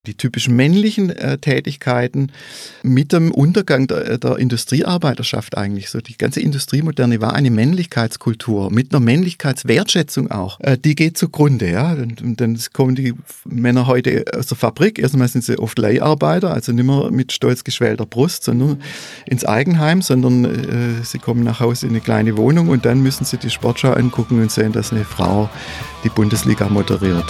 Die typischen männlichen Tätigkeiten mit dem Untergang der Industriearbeiterschaft eigentlich. So die ganze Industriemoderne war eine Männlichkeitskultur mit einer Männlichkeitswertschätzung auch. Die geht zugrunde, ja. Und dann kommen die Männer heute aus der Fabrik. Erstmal sind sie oft Leiharbeiter, also nicht mehr mit stolz geschwellter Brust, sondern ins Eigenheim, sondern sie kommen nach Hause in eine kleine Wohnung und dann müssen sie die Sportschau angucken und sehen, dass eine Frau die Bundesliga moderiert.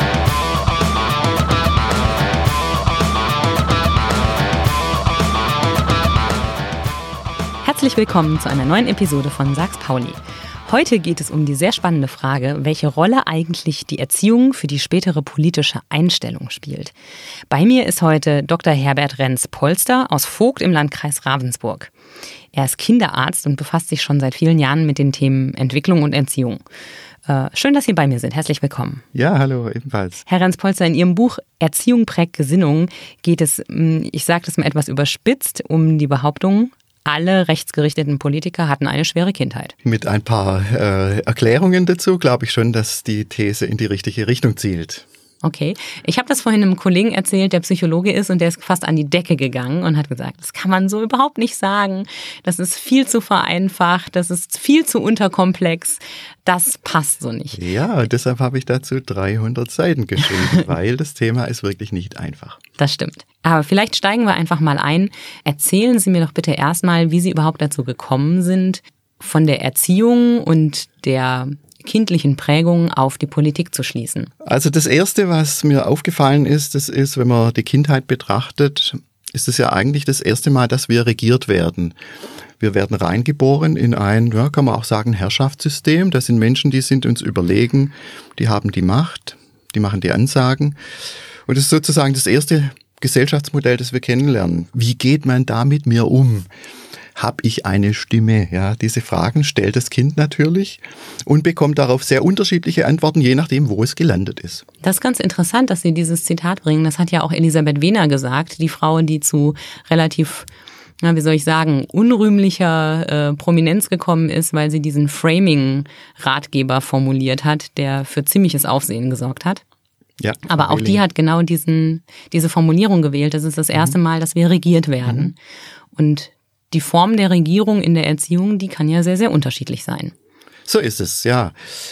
Herzlich willkommen zu einer neuen Episode von Sachs Pauli. Heute geht es um die sehr spannende Frage, welche Rolle eigentlich die Erziehung für die spätere politische Einstellung spielt. Bei mir ist heute Dr. Herbert Renz-Polster aus Vogt im Landkreis Ravensburg. Er ist Kinderarzt und befasst sich schon seit vielen Jahren mit den Themen Entwicklung und Erziehung. Schön, dass Sie bei mir sind. Herzlich willkommen. Ja, hallo, ebenfalls. Herr Renz-Polster, in Ihrem Buch Erziehung prägt Gesinnung geht es, ich sage das mal etwas überspitzt, um die Behauptung, alle rechtsgerichteten Politiker hatten eine schwere Kindheit. Mit ein paar Erklärungen dazu glaube ich schon, dass die These in die richtige Richtung zielt. Okay. Ich habe das vorhin einem Kollegen erzählt, der Psychologe ist und der ist fast an die Decke gegangen und hat gesagt, das kann man so überhaupt nicht sagen. Das ist viel zu vereinfacht, das ist viel zu unterkomplex. Das passt so nicht. Ja, deshalb habe ich dazu 300 Seiten geschrieben, weil das Thema ist wirklich nicht einfach. Das stimmt. Aber vielleicht steigen wir einfach mal ein. Erzählen Sie mir doch bitte erstmal, wie Sie überhaupt dazu gekommen sind, von der Erziehung und der kindlichen Prägung auf die Politik zu schließen. Also das Erste, was mir aufgefallen ist, das ist, wenn man die Kindheit betrachtet, ist es ja eigentlich das erste Mal, dass wir regiert werden. Wir werden reingeboren in ein, ja, kann man auch sagen, Herrschaftssystem. Das sind Menschen, die sind uns überlegen, die haben die Macht, die machen die Ansagen. Und das ist sozusagen das erste Gesellschaftsmodell, das wir kennenlernen. Wie geht man da mit mir um? Habe ich eine Stimme? Ja, diese Fragen stellt das Kind natürlich und bekommt darauf sehr unterschiedliche Antworten, je nachdem, wo es gelandet ist. Das ist ganz interessant, dass Sie dieses Zitat bringen. Das hat ja auch Elisabeth Wehner gesagt, die Frau, die zu relativ, wie soll ich sagen, unrühmlicher Prominenz gekommen ist, weil sie diesen Framing-Ratgeber formuliert hat, der für ziemliches Aufsehen gesorgt hat. Ja, aber auch die hat genau diese Formulierung gewählt. Das ist das erste Mal, dass wir regiert werden. Und die Form der Regierung in der Erziehung, die kann ja sehr, sehr unterschiedlich sein. So ist es, ja.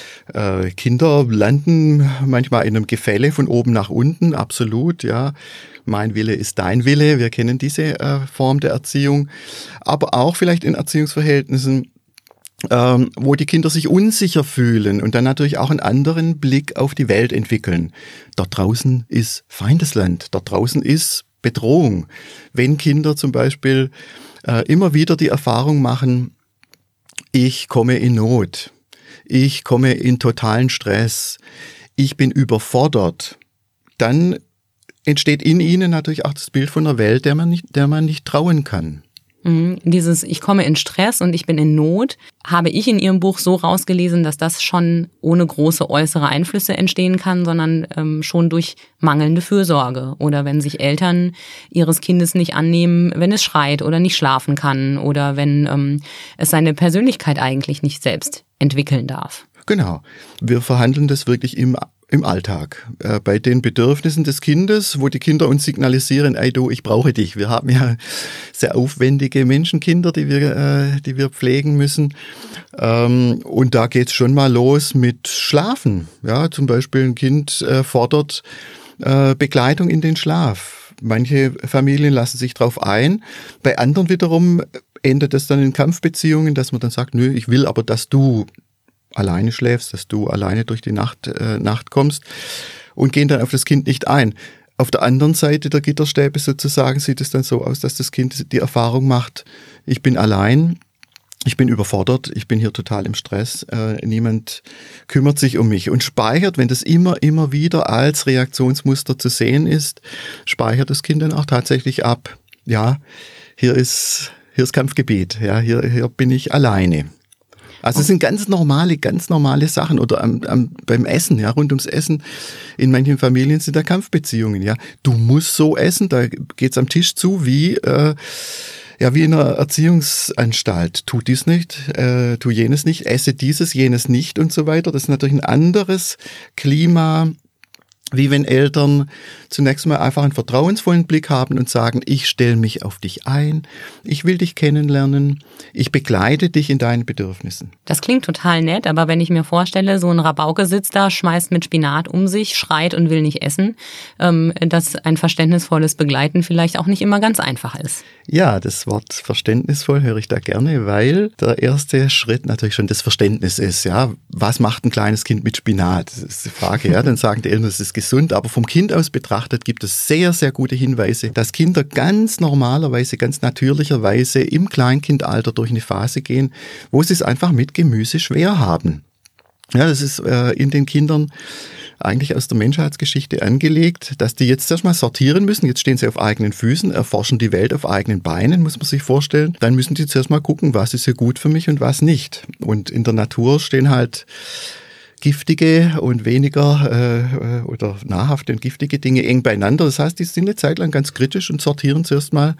Kinder landen manchmal in einem Gefälle von oben nach unten, absolut, ja. Mein Wille ist dein Wille, wir kennen diese Form der Erziehung. Aber auch vielleicht in Erziehungsverhältnissen, wo die Kinder sich unsicher fühlen und dann natürlich auch einen anderen Blick auf die Welt entwickeln. Dort draußen ist Feindesland, dort draußen ist Bedrohung. Wenn Kinder zum Beispiel immer wieder die Erfahrung machen, ich komme in Not, ich komme in totalen Stress, ich bin überfordert, dann entsteht in ihnen natürlich auch das Bild von einer Welt, der man nicht trauen kann. Dieses ich komme in Stress und ich bin in Not, habe ich in Ihrem Buch so rausgelesen, dass das schon ohne große äußere Einflüsse entstehen kann, sondern schon durch mangelnde Fürsorge oder wenn sich Eltern ihres Kindes nicht annehmen, wenn es schreit oder nicht schlafen kann oder wenn es seine Persönlichkeit eigentlich nicht selbst entwickeln darf. Genau. Wir verhandeln das wirklich im Alltag, bei den Bedürfnissen des Kindes, wo die Kinder uns signalisieren, ey du, ich brauche dich. Wir haben ja sehr aufwendige Menschenkinder, die wir pflegen müssen. Und da geht's schon mal los mit Schlafen. Ja, zum Beispiel ein Kind fordert Begleitung in den Schlaf. Manche Familien lassen sich drauf ein. Bei anderen wiederum endet es dann in Kampfbeziehungen, dass man dann sagt, nö, ich will aber, dass du alleine schläfst, dass du alleine durch die Nacht kommst und gehen dann auf das Kind nicht ein. Auf der anderen Seite der Gitterstäbe sozusagen sieht es dann so aus, dass das Kind die Erfahrung macht, ich bin allein, ich bin überfordert, ich bin hier total im Stress, niemand kümmert sich um mich und speichert, wenn das immer wieder als Reaktionsmuster zu sehen ist, speichert das Kind dann auch tatsächlich ab, ja, hier ist Kampfgebiet, ja, hier bin ich alleine. Also es sind ganz normale Sachen oder beim Essen, ja, rund ums Essen. In manchen Familien sind da Kampfbeziehungen, ja. Du musst so essen, da geht's am Tisch zu wie in einer Erziehungsanstalt. Tu dies nicht, tu jenes nicht, esse dieses, jenes nicht und so weiter. Das ist natürlich ein anderes Klima wie wenn Eltern zunächst mal einfach einen vertrauensvollen Blick haben und sagen, ich stelle mich auf dich ein, ich will dich kennenlernen, ich begleite dich in deinen Bedürfnissen. Das klingt total nett, aber wenn ich mir vorstelle, so ein Rabauke sitzt da, schmeißt mit Spinat um sich, schreit und will nicht essen, dass ein verständnisvolles Begleiten vielleicht auch nicht immer ganz einfach ist. Ja, das Wort verständnisvoll höre ich da gerne, weil der erste Schritt natürlich schon das Verständnis ist. Ja, was macht ein kleines Kind mit Spinat? Das ist die Frage. Ja, dann sagen die Eltern, es ist gesund, aber vom Kind aus betrachtet gibt es sehr, sehr gute Hinweise, dass Kinder ganz normalerweise, ganz natürlicherweise im Kleinkindalter durch eine Phase gehen, wo sie es einfach mit Gemüse schwer haben. Ja, das ist in den Kindern eigentlich aus der Menschheitsgeschichte angelegt, dass die jetzt erstmal sortieren müssen. Jetzt stehen sie auf eigenen Füßen, erforschen die Welt auf eigenen Beinen, muss man sich vorstellen. Dann müssen die zuerst mal gucken, was ist hier gut für mich und was nicht. Und in der Natur stehen halt giftige und weniger oder nahrhafte und giftige Dinge eng beieinander. Das heißt, die sind eine Zeit lang ganz kritisch und sortieren zuerst mal,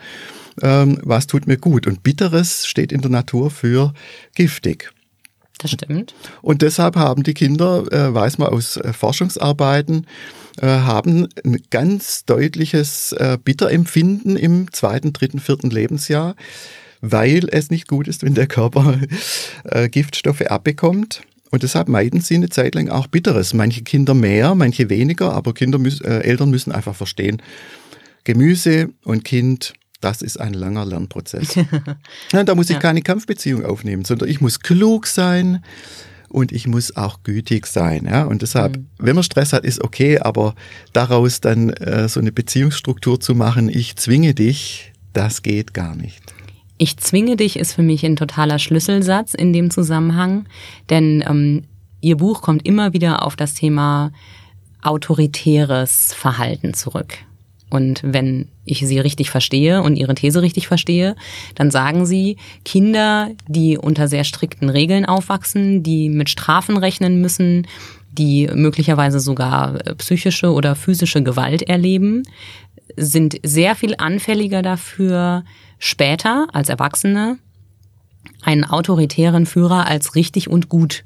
was tut mir gut. Und Bitteres steht in der Natur für giftig. Das stimmt. Und deshalb haben die Kinder, weiß man aus Forschungsarbeiten, haben ein ganz deutliches Bitterempfinden im 2., 3., 4. Lebensjahr, weil es nicht gut ist, wenn der Körper Giftstoffe abbekommt. Und deshalb meiden sie eine Zeit lang auch Bitteres. Manche Kinder mehr, manche weniger, aber Eltern müssen einfach verstehen, Gemüse und Kind, das ist ein langer Lernprozess. Ja, da muss ich keine Kampfbeziehung aufnehmen, sondern ich muss klug sein und ich muss auch gütig sein. Ja? Und deshalb, wenn man Stress hat, ist okay, aber daraus dann so eine Beziehungsstruktur zu machen, ich zwinge dich, das geht gar nicht. Ich zwinge dich ist für mich ein totaler Schlüsselsatz in dem Zusammenhang, denn Ihr Buch kommt immer wieder auf das Thema autoritäres Verhalten zurück. Und wenn ich Sie richtig verstehe und Ihre These richtig verstehe, dann sagen Sie, Kinder, die unter sehr strikten Regeln aufwachsen, die mit Strafen rechnen müssen, die möglicherweise sogar psychische oder physische Gewalt erleben, sind sehr viel anfälliger dafür, später als Erwachsene einen autoritären Führer als richtig und gut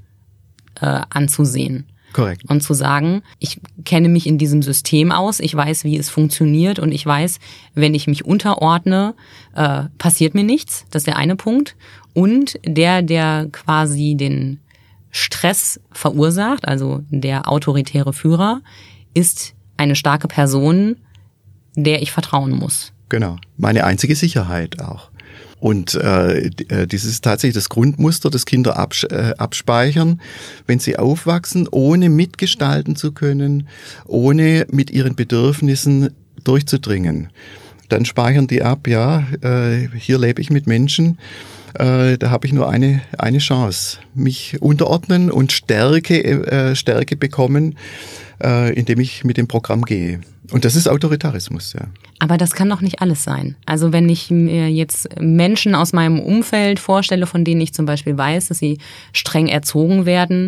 anzusehen. Korrekt. Und zu sagen, ich kenne mich in diesem System aus, ich weiß, wie es funktioniert und ich weiß, wenn ich mich unterordne, passiert mir nichts. Das ist der eine Punkt. Und der quasi den Stress verursacht, also der autoritäre Führer, ist eine starke Person, der ich vertrauen muss. Genau. Meine einzige Sicherheit auch. Und dieses ist tatsächlich das Grundmuster, das Kinder abspeichern, wenn sie aufwachsen, ohne mitgestalten zu können, ohne mit ihren Bedürfnissen durchzudringen. Dann speichern die ab, ja, hier lebe ich mit Menschen, da habe ich nur eine Chance, mich unterordnen und Stärke bekommen, indem ich mit dem Programm gehe. Und das ist Autoritarismus, ja. Aber das kann doch nicht alles sein. Also wenn ich mir jetzt Menschen aus meinem Umfeld vorstelle, von denen ich zum Beispiel weiß, dass sie streng erzogen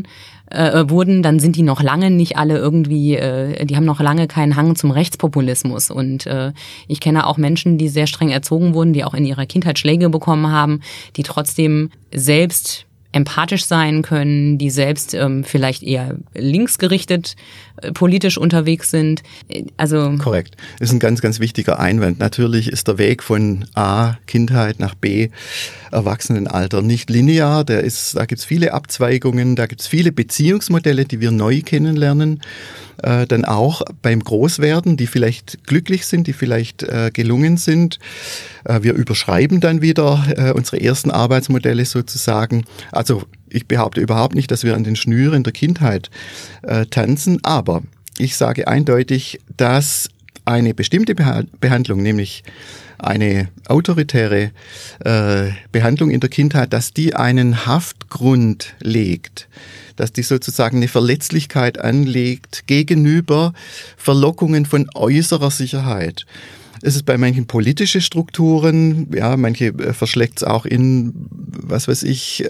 wurden, dann sind die noch lange nicht alle irgendwie, die haben noch lange keinen Hang zum Rechtspopulismus. Und ich kenne auch Menschen, die sehr streng erzogen wurden, die auch in ihrer Kindheit Schläge bekommen haben, die trotzdem selbst empathisch sein können, die selbst vielleicht eher linksgerichtet politisch unterwegs sind. Also korrekt. Das ist ein ganz, ganz wichtiger Einwand. Natürlich ist der Weg von A, Kindheit, nach B, Erwachsenenalter nicht linear. Da gibt's viele Abzweigungen, da gibt's viele Beziehungsmodelle, die wir neu kennenlernen. Dann auch beim Großwerden, die vielleicht glücklich sind, die vielleicht gelungen sind. Wir überschreiben dann wieder unsere ersten Arbeitsmodelle sozusagen. Also ich behaupte überhaupt nicht, dass wir an den Schnüren der Kindheit tanzen, aber ich sage eindeutig, dass eine bestimmte Behandlung, nämlich eine autoritäre Behandlung in der Kindheit, dass die einen Haftgrund legt, dass die sozusagen eine Verletzlichkeit anlegt gegenüber Verlockungen von äußerer Sicherheit. Es ist bei manchen politische Strukturen, ja, manche verschlägt es auch in, was weiß ich,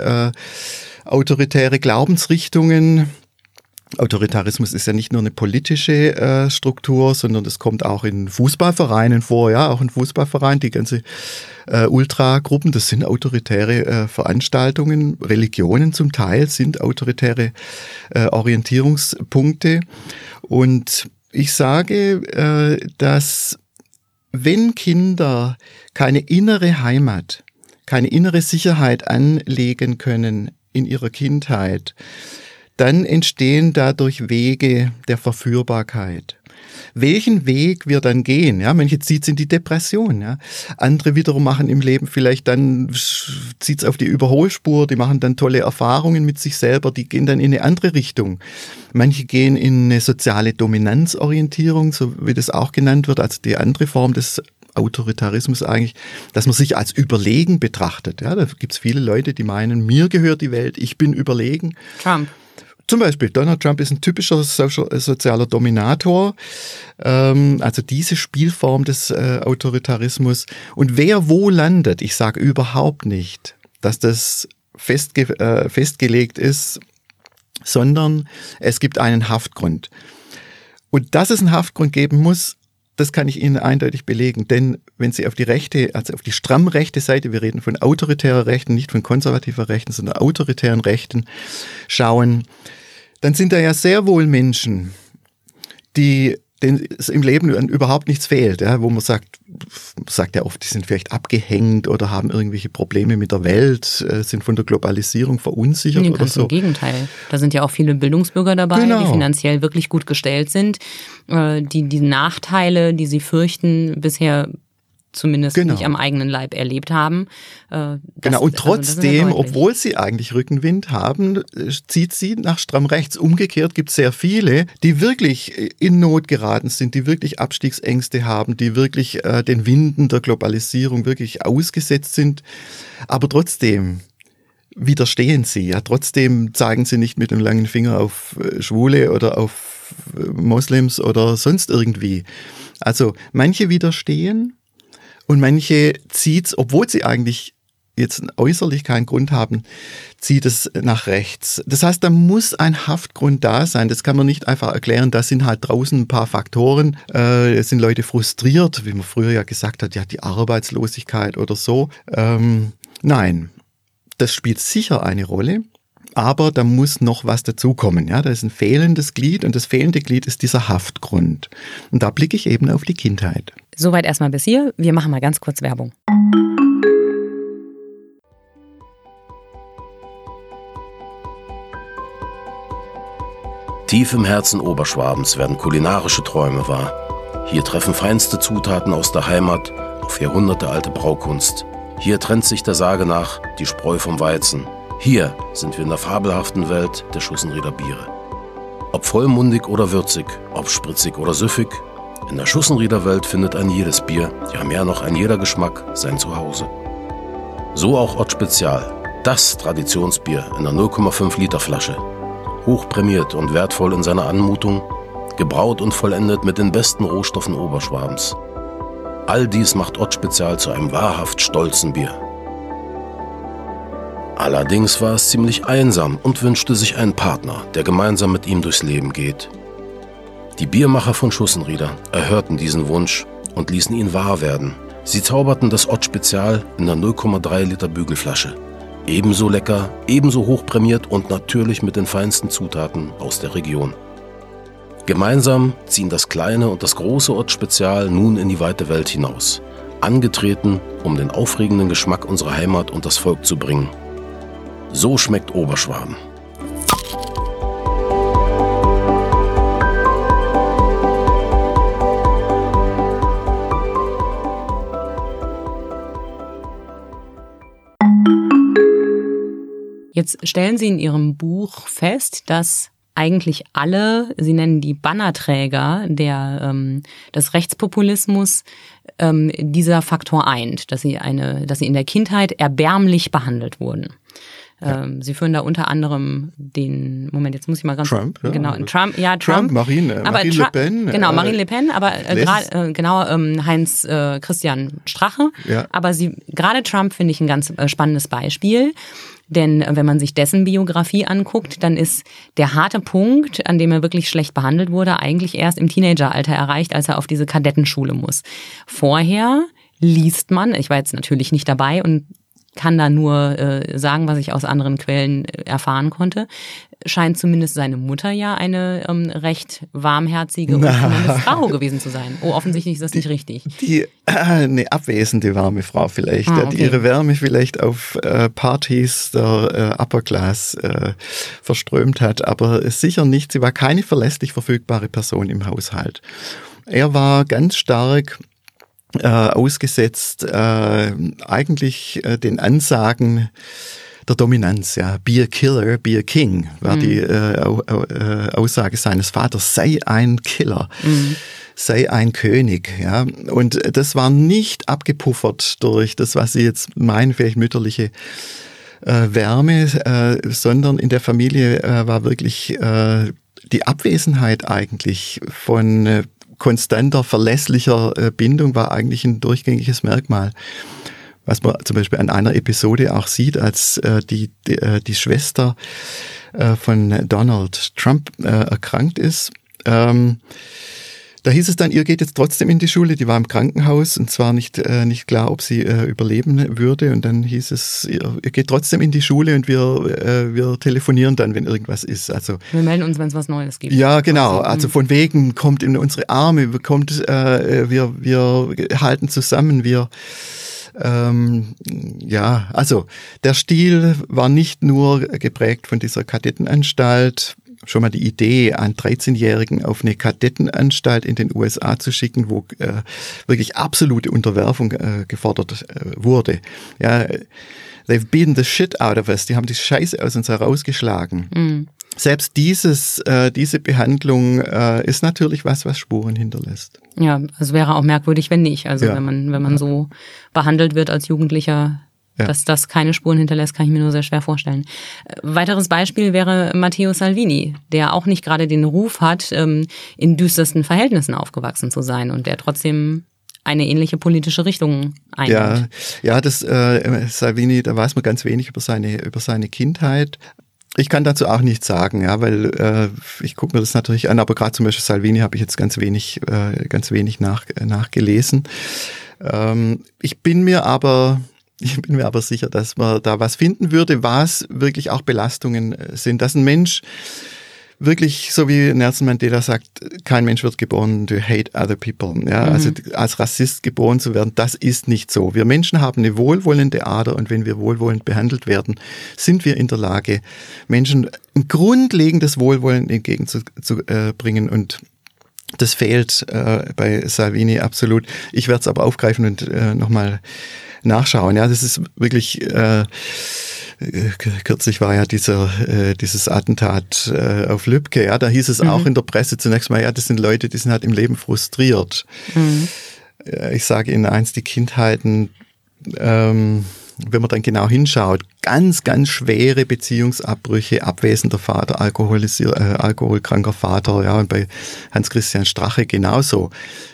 autoritäre Glaubensrichtungen. Autoritarismus ist ja nicht nur eine politische Struktur, sondern das kommt auch in Fußballvereinen vor, ja, auch in Fußballvereinen, die ganze Ultragruppen, das sind autoritäre Veranstaltungen, Religionen zum Teil sind autoritäre Orientierungspunkte und Ich sage, dass wenn Kinder keine innere Heimat, keine innere Sicherheit anlegen können in ihrer Kindheit, dann entstehen dadurch Wege der Verführbarkeit. Welchen Weg wir dann gehen, ja, manche zieht's in die Depression, ja. Andere wiederum machen im Leben vielleicht dann, zieht's auf die Überholspur, die machen dann tolle Erfahrungen mit sich selber, die gehen dann in eine andere Richtung. Manche gehen in eine soziale Dominanzorientierung, so wie das auch genannt wird, also die andere Form des Autoritarismus eigentlich, dass man sich als überlegen betrachtet. Ja, da gibt's viele Leute, die meinen, mir gehört die Welt, ich bin überlegen. Trump. Zum Beispiel, Donald Trump ist ein typischer sozialer Dominator, also diese Spielform des Autoritarismus. Und wer wo landet, ich sage überhaupt nicht, dass das festgelegt ist, sondern es gibt einen Haftgrund. Und dass es einen Haftgrund geben muss, das kann ich Ihnen eindeutig belegen, denn wenn Sie auf die rechte, also auf die stramm rechte Seite, wir reden von autoritärer Rechten, nicht von konservativer Rechten, sondern autoritären Rechten schauen, dann sind da ja sehr wohl Menschen, denen es im Leben überhaupt nichts fehlt, ja, wo man sagt ja oft, die sind vielleicht abgehängt oder haben irgendwelche Probleme mit der Welt, sind von der Globalisierung verunsichert oder so. Im Gegenteil. Da sind ja auch viele Bildungsbürger dabei, genau, die finanziell wirklich gut gestellt sind, die Nachteile, die sie fürchten, bisher zumindest nicht am eigenen Leib erlebt haben. Und trotzdem, obwohl sie eigentlich Rückenwind haben, zieht sie nach stramm rechts. Umgekehrt gibt es sehr viele, die wirklich in Not geraten sind, die wirklich Abstiegsängste haben, die wirklich den Winden der Globalisierung wirklich ausgesetzt sind. Aber trotzdem widerstehen sie. Ja, trotzdem zeigen sie nicht mit dem langen Finger auf Schwule oder auf Moslems oder sonst irgendwie. Also manche widerstehen. Und manche zieht's, obwohl sie eigentlich jetzt äußerlich keinen Grund haben, zieht es nach rechts. Das heißt, da muss ein Haftgrund da sein. Das kann man nicht einfach erklären. Da sind halt draußen ein paar Faktoren. Es sind Leute frustriert, wie man früher ja gesagt hat, ja, die Arbeitslosigkeit oder so. Nein, das spielt sicher eine Rolle. Aber da muss noch was dazukommen. Ja, da ist ein fehlendes Glied und das fehlende Glied ist dieser Haftgrund. Und da blicke ich eben auf die Kindheit. Soweit erstmal bis hier. Wir machen mal ganz kurz Werbung. Tief im Herzen Oberschwabens werden kulinarische Träume wahr. Hier treffen feinste Zutaten aus der Heimat auf jahrhundertealte Braukunst. Hier trennt sich der Sage nach die Spreu vom Weizen. Hier sind wir in der fabelhaften Welt der Schussenrieder Biere. Ob vollmundig oder würzig, ob spritzig oder süffig, in der Schussenrieder Welt findet ein jedes Bier, ja mehr noch ein jeder Geschmack, sein Zuhause. So auch Ott Spezial, das Traditionsbier in einer 0,5 Liter Flasche. Hochprämiert und wertvoll in seiner Anmutung, gebraut und vollendet mit den besten Rohstoffen Oberschwabens. All dies macht Ott Spezial zu einem wahrhaft stolzen Bier. Allerdings war es ziemlich einsam und wünschte sich einen Partner, der gemeinsam mit ihm durchs Leben geht. Die Biermacher von Schussenrieder erhörten diesen Wunsch und ließen ihn wahr werden. Sie zauberten das Ott Spezial in der 0,3 Liter Bügelflasche. Ebenso lecker, ebenso hochprämiert und natürlich mit den feinsten Zutaten aus der Region. Gemeinsam ziehen das kleine und das große Ott Spezial nun in die weite Welt hinaus. Angetreten, um den aufregenden Geschmack unserer Heimat und das Volk zu bringen. So schmeckt Oberschwaben. Jetzt stellen Sie in Ihrem Buch fest, dass eigentlich alle, Sie nennen die Bannerträger des Rechtspopulismus, dieser Faktor eint, dass sie in der Kindheit erbärmlich behandelt wurden. Ja. Sie führen da unter anderem jetzt muss ich mal ganz... Trump, ja. Genau, Trump. Marine Le Pen. Genau, Marine Le Pen, aber Heinz Christian Strache. Ja. Aber gerade Trump finde ich ein ganz spannendes Beispiel. Denn wenn man sich dessen Biografie anguckt, dann ist der harte Punkt, an dem er wirklich schlecht behandelt wurde, eigentlich erst im Teenageralter erreicht, als er auf diese Kadettenschule muss. Vorher liest man, ich war jetzt natürlich nicht dabei und kann da nur sagen, was ich aus anderen Quellen erfahren konnte. Scheint zumindest seine Mutter ja eine recht warmherzige und kümmernde Frau gewesen zu sein. Oh, offensichtlich ist das nicht richtig. Eine abwesende warme Frau vielleicht, okay. Die ihre Wärme vielleicht auf Partys der Upper Class verströmt hat, aber sicher nicht, sie war keine verlässlich verfügbare Person im Haushalt. Er war ganz stark ausgesetzt eigentlich den Ansagen der Dominanz, ja, be a killer, be a king, war die Aussage seines Vaters, sei ein Killer, sei ein König, ja, und das war nicht abgepuffert durch das, was Sie jetzt meinen, vielleicht mütterliche Wärme, sondern in der Familie war wirklich die Abwesenheit eigentlich von konstanter, verlässlicher Bindung war eigentlich ein durchgängiges Merkmal. Was man zum Beispiel an einer Episode auch sieht, als die Schwester von Donald Trump erkrankt ist. Da hieß es dann, ihr geht jetzt trotzdem in die Schule. Die war im Krankenhaus und zwar nicht klar, ob sie überleben würde. Und dann hieß es, ihr geht trotzdem in die Schule und wir telefonieren dann, wenn irgendwas ist. Also wir melden uns, wenn es was Neues gibt. Ja, genau. Also von wegen, kommt in unsere Arme, wir halten zusammen, ja, also der Stil war nicht nur geprägt von dieser Kadettenanstalt. Schon mal die Idee, einen 13-Jährigen auf eine Kadettenanstalt in den USA zu schicken, wo wirklich absolute Unterwerfung gefordert wurde. Ja, they've beaten the shit out of us. Die haben die Scheiße aus uns herausgeschlagen. Mhm. Selbst diese Behandlung ist natürlich was Spuren hinterlässt. Ja, es wäre auch merkwürdig, wenn nicht. Also ja. wenn man so behandelt wird als Jugendlicher, dass das keine Spuren hinterlässt, kann ich mir nur sehr schwer vorstellen. Weiteres Beispiel wäre Matteo Salvini, der auch nicht gerade den Ruf hat, in düstersten Verhältnissen aufgewachsen zu sein und der trotzdem eine ähnliche politische Richtung einnimmt. Ja, das Salvini, da weiß man ganz wenig über seine Kindheit. Ich kann dazu auch nichts sagen, ja, weil ich gucke mir das natürlich an, aber gerade zum Beispiel Salvini habe ich jetzt ganz wenig nachgelesen. Ich bin mir aber sicher, dass man da was finden würde, was wirklich auch Belastungen sind. Dass ein Mensch wirklich, so wie Nelson Mandela sagt, kein Mensch wird geboren to hate other people. Ja, also als Rassist geboren zu werden, das ist nicht so. Wir Menschen haben eine wohlwollende Ader und wenn wir wohlwollend behandelt werden, sind wir in der Lage, Menschen ein grundlegendes Wohlwollen entgegenzubringen und das fehlt bei Salvini absolut. Ich werde es aber aufgreifen und nochmal nachschauen. Ja, das ist wirklich, kürzlich war ja dieses Attentat auf Lübcke. Ja, da hieß es auch in der Presse zunächst mal, ja, das sind Leute, die sind halt im Leben frustriert. Ich sage Ihnen eins, die Kindheiten, wenn man dann genau hinschaut, ganz, ganz schwere Beziehungsabbrüche, abwesender Vater, alkoholkranker Vater, ja, und bei Hans-Christian Strache genauso.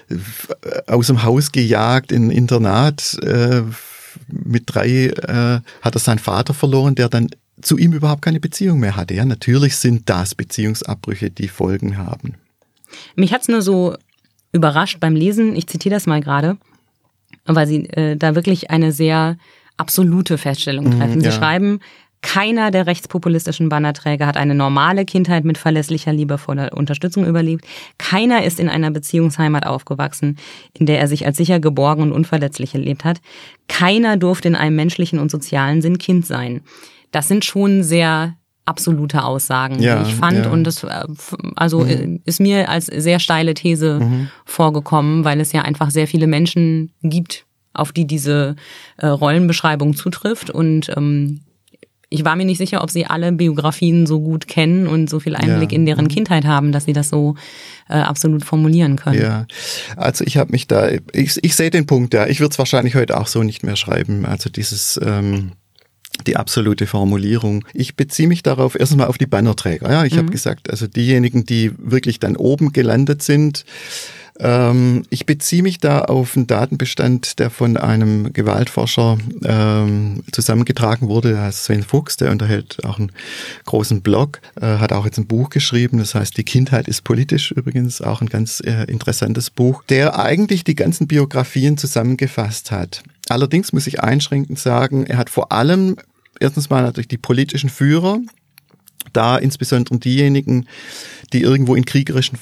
Aus dem Haus gejagt, in ein Internat, mit 3 hat er seinen Vater verloren, der dann zu ihm überhaupt keine Beziehung mehr hatte. Ja, natürlich sind das Beziehungsabbrüche, die Folgen haben. Mich hat's nur so überrascht beim Lesen, ich zitiere das mal gerade, weil Sie da wirklich eine sehr absolute Feststellung treffen. Sie schreiben, keiner der rechtspopulistischen Bannerträger hat eine normale Kindheit mit verlässlicher, liebevoller Unterstützung überlebt. Keiner ist in einer Beziehungsheimat aufgewachsen, in der er sich als sicher geborgen und unverletzlich erlebt hat. Keiner durfte in einem menschlichen und sozialen Sinn Kind sein. Das sind schon sehr absolute Aussagen, die ich fand. Und das ist mir als sehr steile These vorgekommen, weil es ja einfach sehr viele Menschen gibt, auf die diese Rollenbeschreibung zutrifft. Und ich war mir nicht sicher, ob Sie alle Biografien so gut kennen und so viel Einblick in deren Kindheit haben, dass Sie das so absolut formulieren können. Ja, also ich habe mich da, ich sehe den Punkt, ja. Ich würde es wahrscheinlich heute auch so nicht mehr schreiben. Also die absolute Formulierung. Ich beziehe mich darauf erstmal auf die Bannerträger. Ja, ich habe gesagt, also diejenigen, die wirklich dann oben gelandet sind. Ich beziehe mich da auf einen Datenbestand, der von einem Gewaltforscher zusammengetragen wurde. Der heißt Sven Fuchs, der unterhält auch einen großen Blog, hat auch jetzt ein Buch geschrieben, das heißt Die Kindheit ist politisch, übrigens auch ein ganz interessantes Buch, der eigentlich die ganzen Biografien zusammengefasst hat. Allerdings muss ich einschränkend sagen, er hat vor allem erstens mal natürlich die politischen Führer, da insbesondere diejenigen, die irgendwo in kriegerischen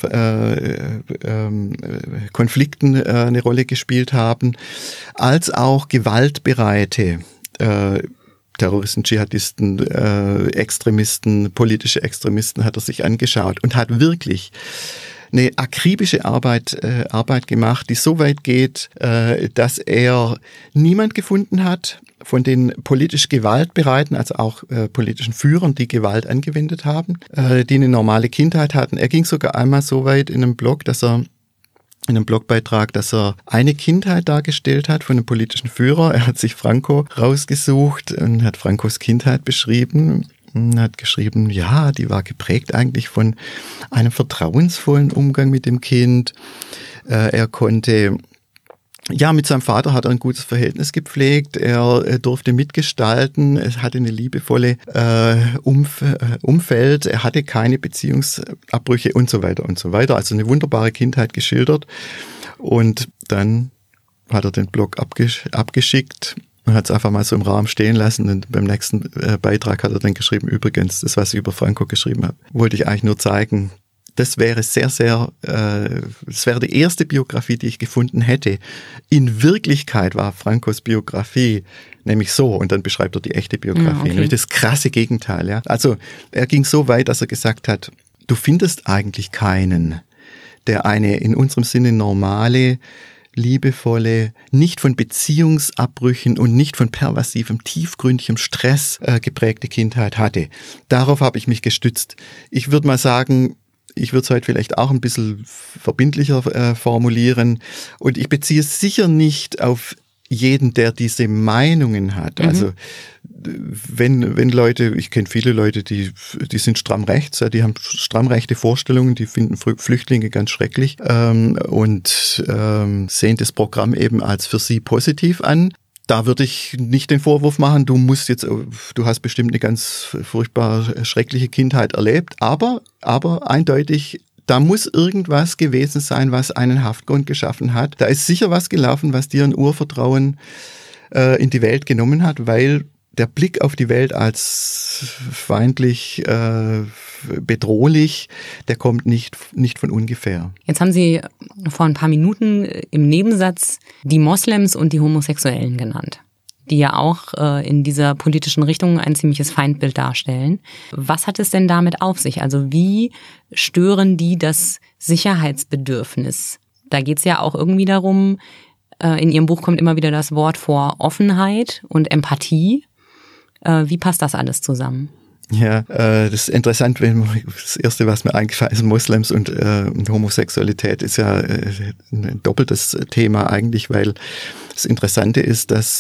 Konflikten eine Rolle gespielt haben, als auch gewaltbereite Terroristen, Dschihadisten, Extremisten, politische Extremisten hat er sich angeschaut und hat wirklich eine akribische Arbeit gemacht, die so weit geht, dass er niemand gefunden hat von den politisch Gewaltbereiten, also auch politischen Führern, die Gewalt angewendet haben, die eine normale Kindheit hatten. Er ging sogar einmal so weit in einem Blogbeitrag, dass er eine Kindheit dargestellt hat von einem politischen Führer. Er hat sich Franco rausgesucht und hat Francos Kindheit beschrieben. Hat geschrieben, ja, die war geprägt eigentlich von einem vertrauensvollen Umgang mit dem Kind. Er konnte, ja, mit seinem Vater hat er ein gutes Verhältnis gepflegt. Er durfte mitgestalten. Er hatte eine liebevolle Umfeld. Er hatte keine Beziehungsabbrüche und so weiter und so weiter. Also eine wunderbare Kindheit geschildert. Und dann hat er den Blog abgeschickt. Und hat es einfach mal so im Raum stehen lassen und beim nächsten Beitrag hat er dann geschrieben, übrigens, das, was ich über Franco geschrieben habe, wollte ich eigentlich nur zeigen, das wäre das wäre die erste Biografie, die ich gefunden hätte. In Wirklichkeit war Francos Biografie nämlich so, und dann beschreibt er die echte Biografie, okay. Nämlich das krasse Gegenteil. Ja. Also er ging so weit, dass er gesagt hat, du findest eigentlich keinen, der eine in unserem Sinne normale, liebevolle, nicht von Beziehungsabbrüchen und nicht von pervasivem, tiefgründigem Stress geprägte Kindheit hatte. Darauf habe ich mich gestützt. Ich würde mal sagen, ich würde es heute vielleicht auch ein bisschen verbindlicher formulieren. Und ich beziehe es sicher nicht auf jeden, der diese Meinungen hat. Also wenn Leute, ich kenne viele Leute, die sind stramm rechts, die haben stramm rechte Vorstellungen, die finden Flüchtlinge ganz schrecklich und sehen das Programm eben als für sie positiv an. Da würde ich nicht den Vorwurf machen, du hast bestimmt eine ganz furchtbar schreckliche Kindheit erlebt, aber eindeutig, da muss irgendwas gewesen sein, was einen Haftgrund geschaffen hat. Da ist sicher was gelaufen, was dir ein Urvertrauen in die Welt genommen hat, weil der Blick auf die Welt als feindlich, bedrohlich, der kommt nicht von ungefähr. Jetzt haben Sie vor ein paar Minuten im Nebensatz die Moslems und die Homosexuellen genannt, die ja auch in dieser politischen Richtung ein ziemliches Feindbild darstellen. Was hat es denn damit auf sich? Also wie stören die das Sicherheitsbedürfnis? Da geht es ja auch irgendwie darum, in Ihrem Buch kommt immer wieder das Wort vor, Offenheit und Empathie. Wie passt das alles zusammen? Ja, das ist interessant, das Erste, was mir eingefallen ist, Moslems und Homosexualität ist ja ein doppeltes Thema eigentlich, weil das Interessante ist, dass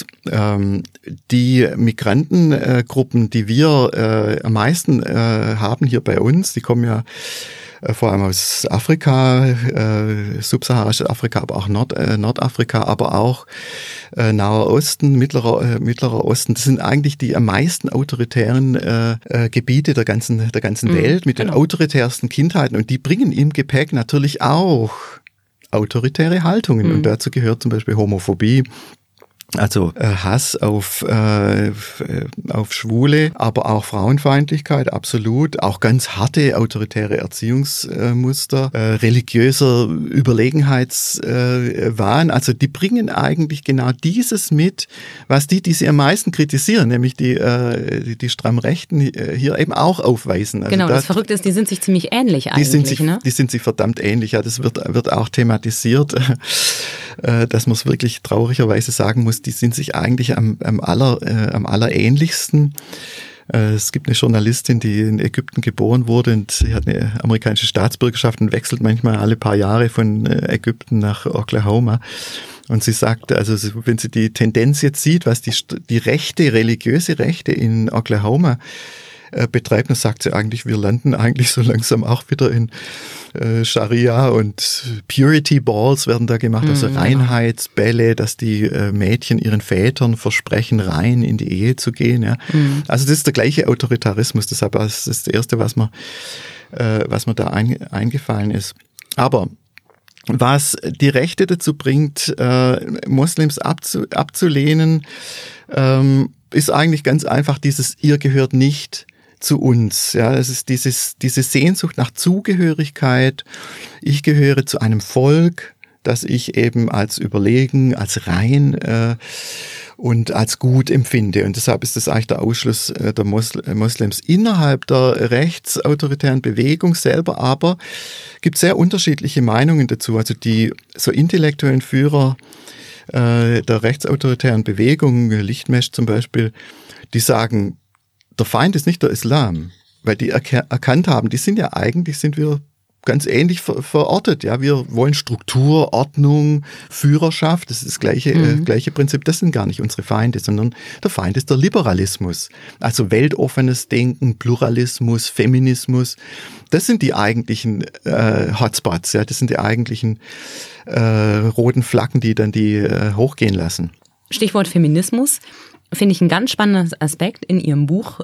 die Migrantengruppen, die wir am meisten haben hier bei uns, die kommen ja vor allem aus Afrika, subsaharisches Afrika, aber auch Nordafrika, aber auch Naher Osten, Mittlerer Osten. Das sind eigentlich die am meisten autoritären Gebiete der ganzen Welt mit den autoritärsten Kindheiten. Und die bringen im Gepäck natürlich auch autoritäre Haltungen. Und dazu gehört zum Beispiel Homophobie. Also Hass auf Schwule, aber auch Frauenfeindlichkeit, absolut. Auch ganz harte autoritäre Erziehungsmuster, religiöser Überlegenheitswahn. Also die bringen eigentlich genau dieses mit, was die sie am meisten kritisieren, nämlich die stramm Rechten hier eben auch aufweisen. Also genau, das Verrückte ist, die sind sich ziemlich ähnlich eigentlich. Die sind sich verdammt ähnlich. Ja, das wird auch thematisiert, dass man es wirklich traurigerweise sagen muss, die sind sich eigentlich am allerähnlichsten. Es gibt eine Journalistin, die in Ägypten geboren wurde und sie hat eine amerikanische Staatsbürgerschaft und wechselt manchmal alle paar Jahre von Ägypten nach Oklahoma. Und sie sagt, also wenn sie die Tendenz jetzt sieht, was die religiöse Rechte in Oklahoma betreibt, dann sagt sie eigentlich, wir landen eigentlich so langsam auch wieder in Scharia und Purity Balls werden da gemacht, also Reinheitsbälle, dass die Mädchen ihren Vätern versprechen, rein in die Ehe zu gehen. Ja. Also das ist der gleiche Autoritarismus, deshalb das ist das Erste, was mir da eingefallen ist. Aber was die Rechte dazu bringt, Moslems abzulehnen, ist eigentlich ganz einfach dieses ihr gehört nicht zu uns. Ja, es ist diese Sehnsucht nach Zugehörigkeit. Ich gehöre zu einem Volk, das ich eben als überlegen, als rein und als gut empfinde. Und deshalb ist das eigentlich der Ausschluss der Moslems innerhalb der rechtsautoritären Bewegung selber. Aber gibt sehr unterschiedliche Meinungen dazu. Also die so intellektuellen Führer der rechtsautoritären Bewegung, Lichtmesch zum Beispiel, die sagen, der Feind ist nicht der Islam, weil die erkannt haben, sind wir ganz ähnlich verortet. Ja, wir wollen Struktur, Ordnung, Führerschaft, das ist das gleiche Prinzip. Das sind gar nicht unsere Feinde, sondern der Feind ist der Liberalismus. Also weltoffenes Denken, Pluralismus, Feminismus. Das sind die eigentlichen Hotspots, ja, das sind die eigentlichen roten Flaggen, die dann hochgehen lassen. Stichwort Feminismus. Finde ich ein ganz spannender Aspekt in Ihrem Buch,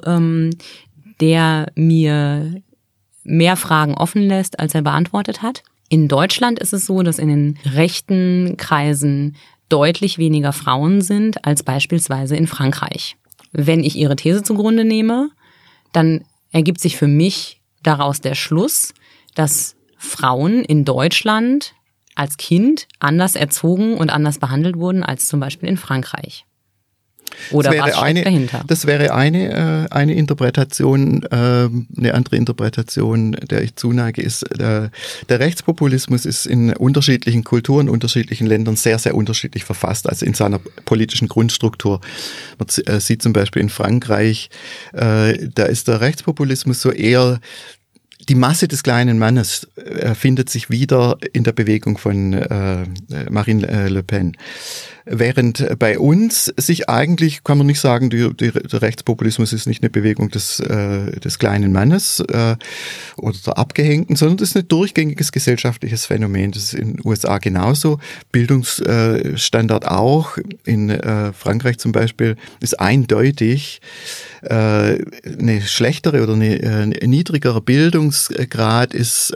der mir mehr Fragen offen lässt, als er beantwortet hat. In Deutschland ist es so, dass in den rechten Kreisen deutlich weniger Frauen sind als beispielsweise in Frankreich. Wenn ich Ihre These zugrunde nehme, dann ergibt sich für mich daraus der Schluss, dass Frauen in Deutschland als Kind anders erzogen und anders behandelt wurden als zum Beispiel in Frankreich. Oder was steckt dahinter? Das wäre eine Interpretation. Eine andere Interpretation, der ich zuneige, ist, der Rechtspopulismus ist in unterschiedlichen Kulturen, unterschiedlichen Ländern sehr, sehr unterschiedlich verfasst, also in seiner politischen Grundstruktur. Man sieht zum Beispiel in Frankreich, da ist der Rechtspopulismus so eher die Masse des kleinen Mannes findet sich wieder in der Bewegung von Marine Le Pen. Während bei uns sich eigentlich, kann man nicht sagen, der Rechtspopulismus ist nicht eine Bewegung des kleinen Mannes oder der Abgehängten, sondern das ist ein durchgängiges gesellschaftliches Phänomen. Das ist in den USA genauso, Bildungsstandard auch. In Frankreich zum Beispiel ist eindeutig eine schlechtere oder eine niedrigere Bildungsgrad ist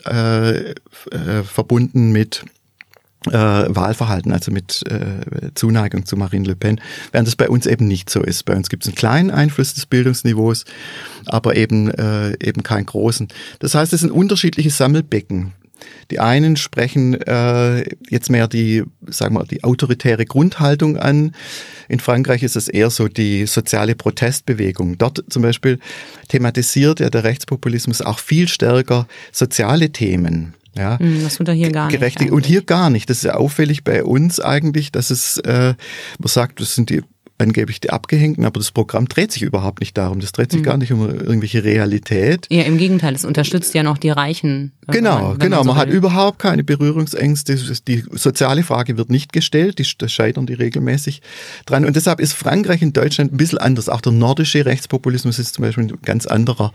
verbunden mit Wahlverhalten, also mit Zuneigung zu Marine Le Pen, während das bei uns eben nicht so ist. Bei uns gibt es einen kleinen Einfluss des Bildungsniveaus, aber eben keinen großen. Das heißt, es sind unterschiedliche Sammelbecken. Die einen sprechen jetzt mehr die autoritäre Grundhaltung an. In Frankreich ist es eher so die soziale Protestbewegung. Dort zum Beispiel thematisiert ja der Rechtspopulismus auch viel stärker soziale Themen. Ja, das tut er hier gar nicht. Und hier gar nicht. Das ist ja auffällig bei uns eigentlich, dass es, man sagt, das sind angeblich die Abgehängten, aber das Programm dreht sich überhaupt nicht darum. Das dreht sich gar nicht um irgendwelche Realität. Ja, im Gegenteil, es unterstützt ja noch die Reichen. Genau. Man hat überhaupt keine Berührungsängste. Die soziale Frage wird nicht gestellt, da scheitern die regelmäßig dran. Und deshalb ist Frankreich in Deutschland ein bisschen anders. Auch der nordische Rechtspopulismus ist zum Beispiel ein ganz anderer,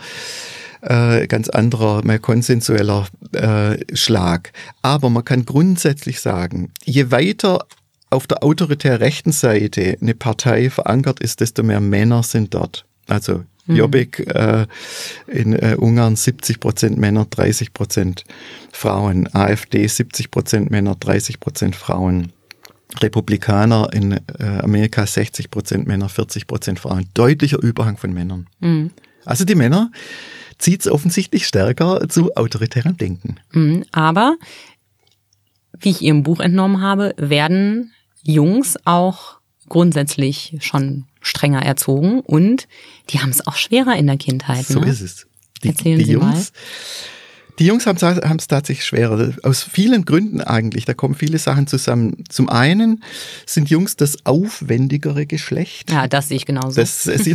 mehr konsensueller Schlag. Aber man kann grundsätzlich sagen, je weiter auf der autoritär rechten Seite eine Partei verankert ist, desto mehr Männer sind dort. Also Jobbik in Ungarn 70% Männer, 30% Frauen. AfD 70% Männer, 30% Frauen. Republikaner in Amerika 60% Männer, 40% Frauen. Deutlicher Überhang von Männern. Also die Männer zieht es offensichtlich stärker zu autoritärem Denken. Aber, wie ich Ihrem Buch entnommen habe, werden Jungs auch grundsätzlich schon strenger erzogen und die haben es auch schwerer in der Kindheit. So ist es. Erzählen Sie mal. Die Jungs haben es tatsächlich schwerer. Aus vielen Gründen eigentlich. Da kommen viele Sachen zusammen. Zum einen sind Jungs das aufwendigere Geschlecht. Ja, das sehe ich genauso.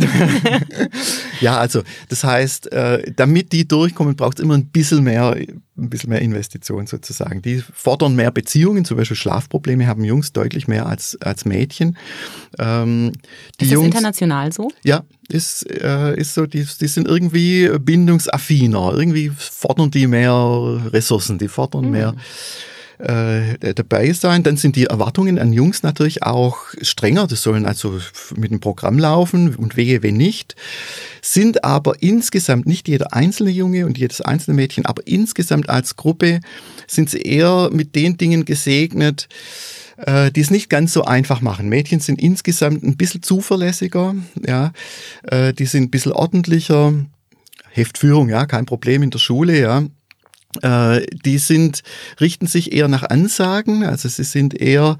Ja, also das heißt, damit die durchkommen, braucht es immer ein bisschen mehr Investition sozusagen. Die fordern mehr Beziehungen, zum Beispiel Schlafprobleme haben Jungs deutlich mehr als Mädchen. Ist das international so? Ja, ist so, die sind irgendwie bindungsaffiner, irgendwie fordern die mehr Ressourcen, die fordern mehr dabei sein. Dann sind die Erwartungen an Jungs natürlich auch strenger. Das sollen also mit dem Programm laufen und wehe, wenn nicht. Sind aber insgesamt, nicht jeder einzelne Junge und jedes einzelne Mädchen, aber insgesamt als Gruppe sind sie eher mit den Dingen gesegnet, die es nicht ganz so einfach machen. Mädchen sind insgesamt ein bisschen zuverlässiger, ja, die sind ein bisschen ordentlicher. Heftführung, ja, kein Problem in der Schule, ja. Die richten sich eher nach Ansagen, also sie sind eher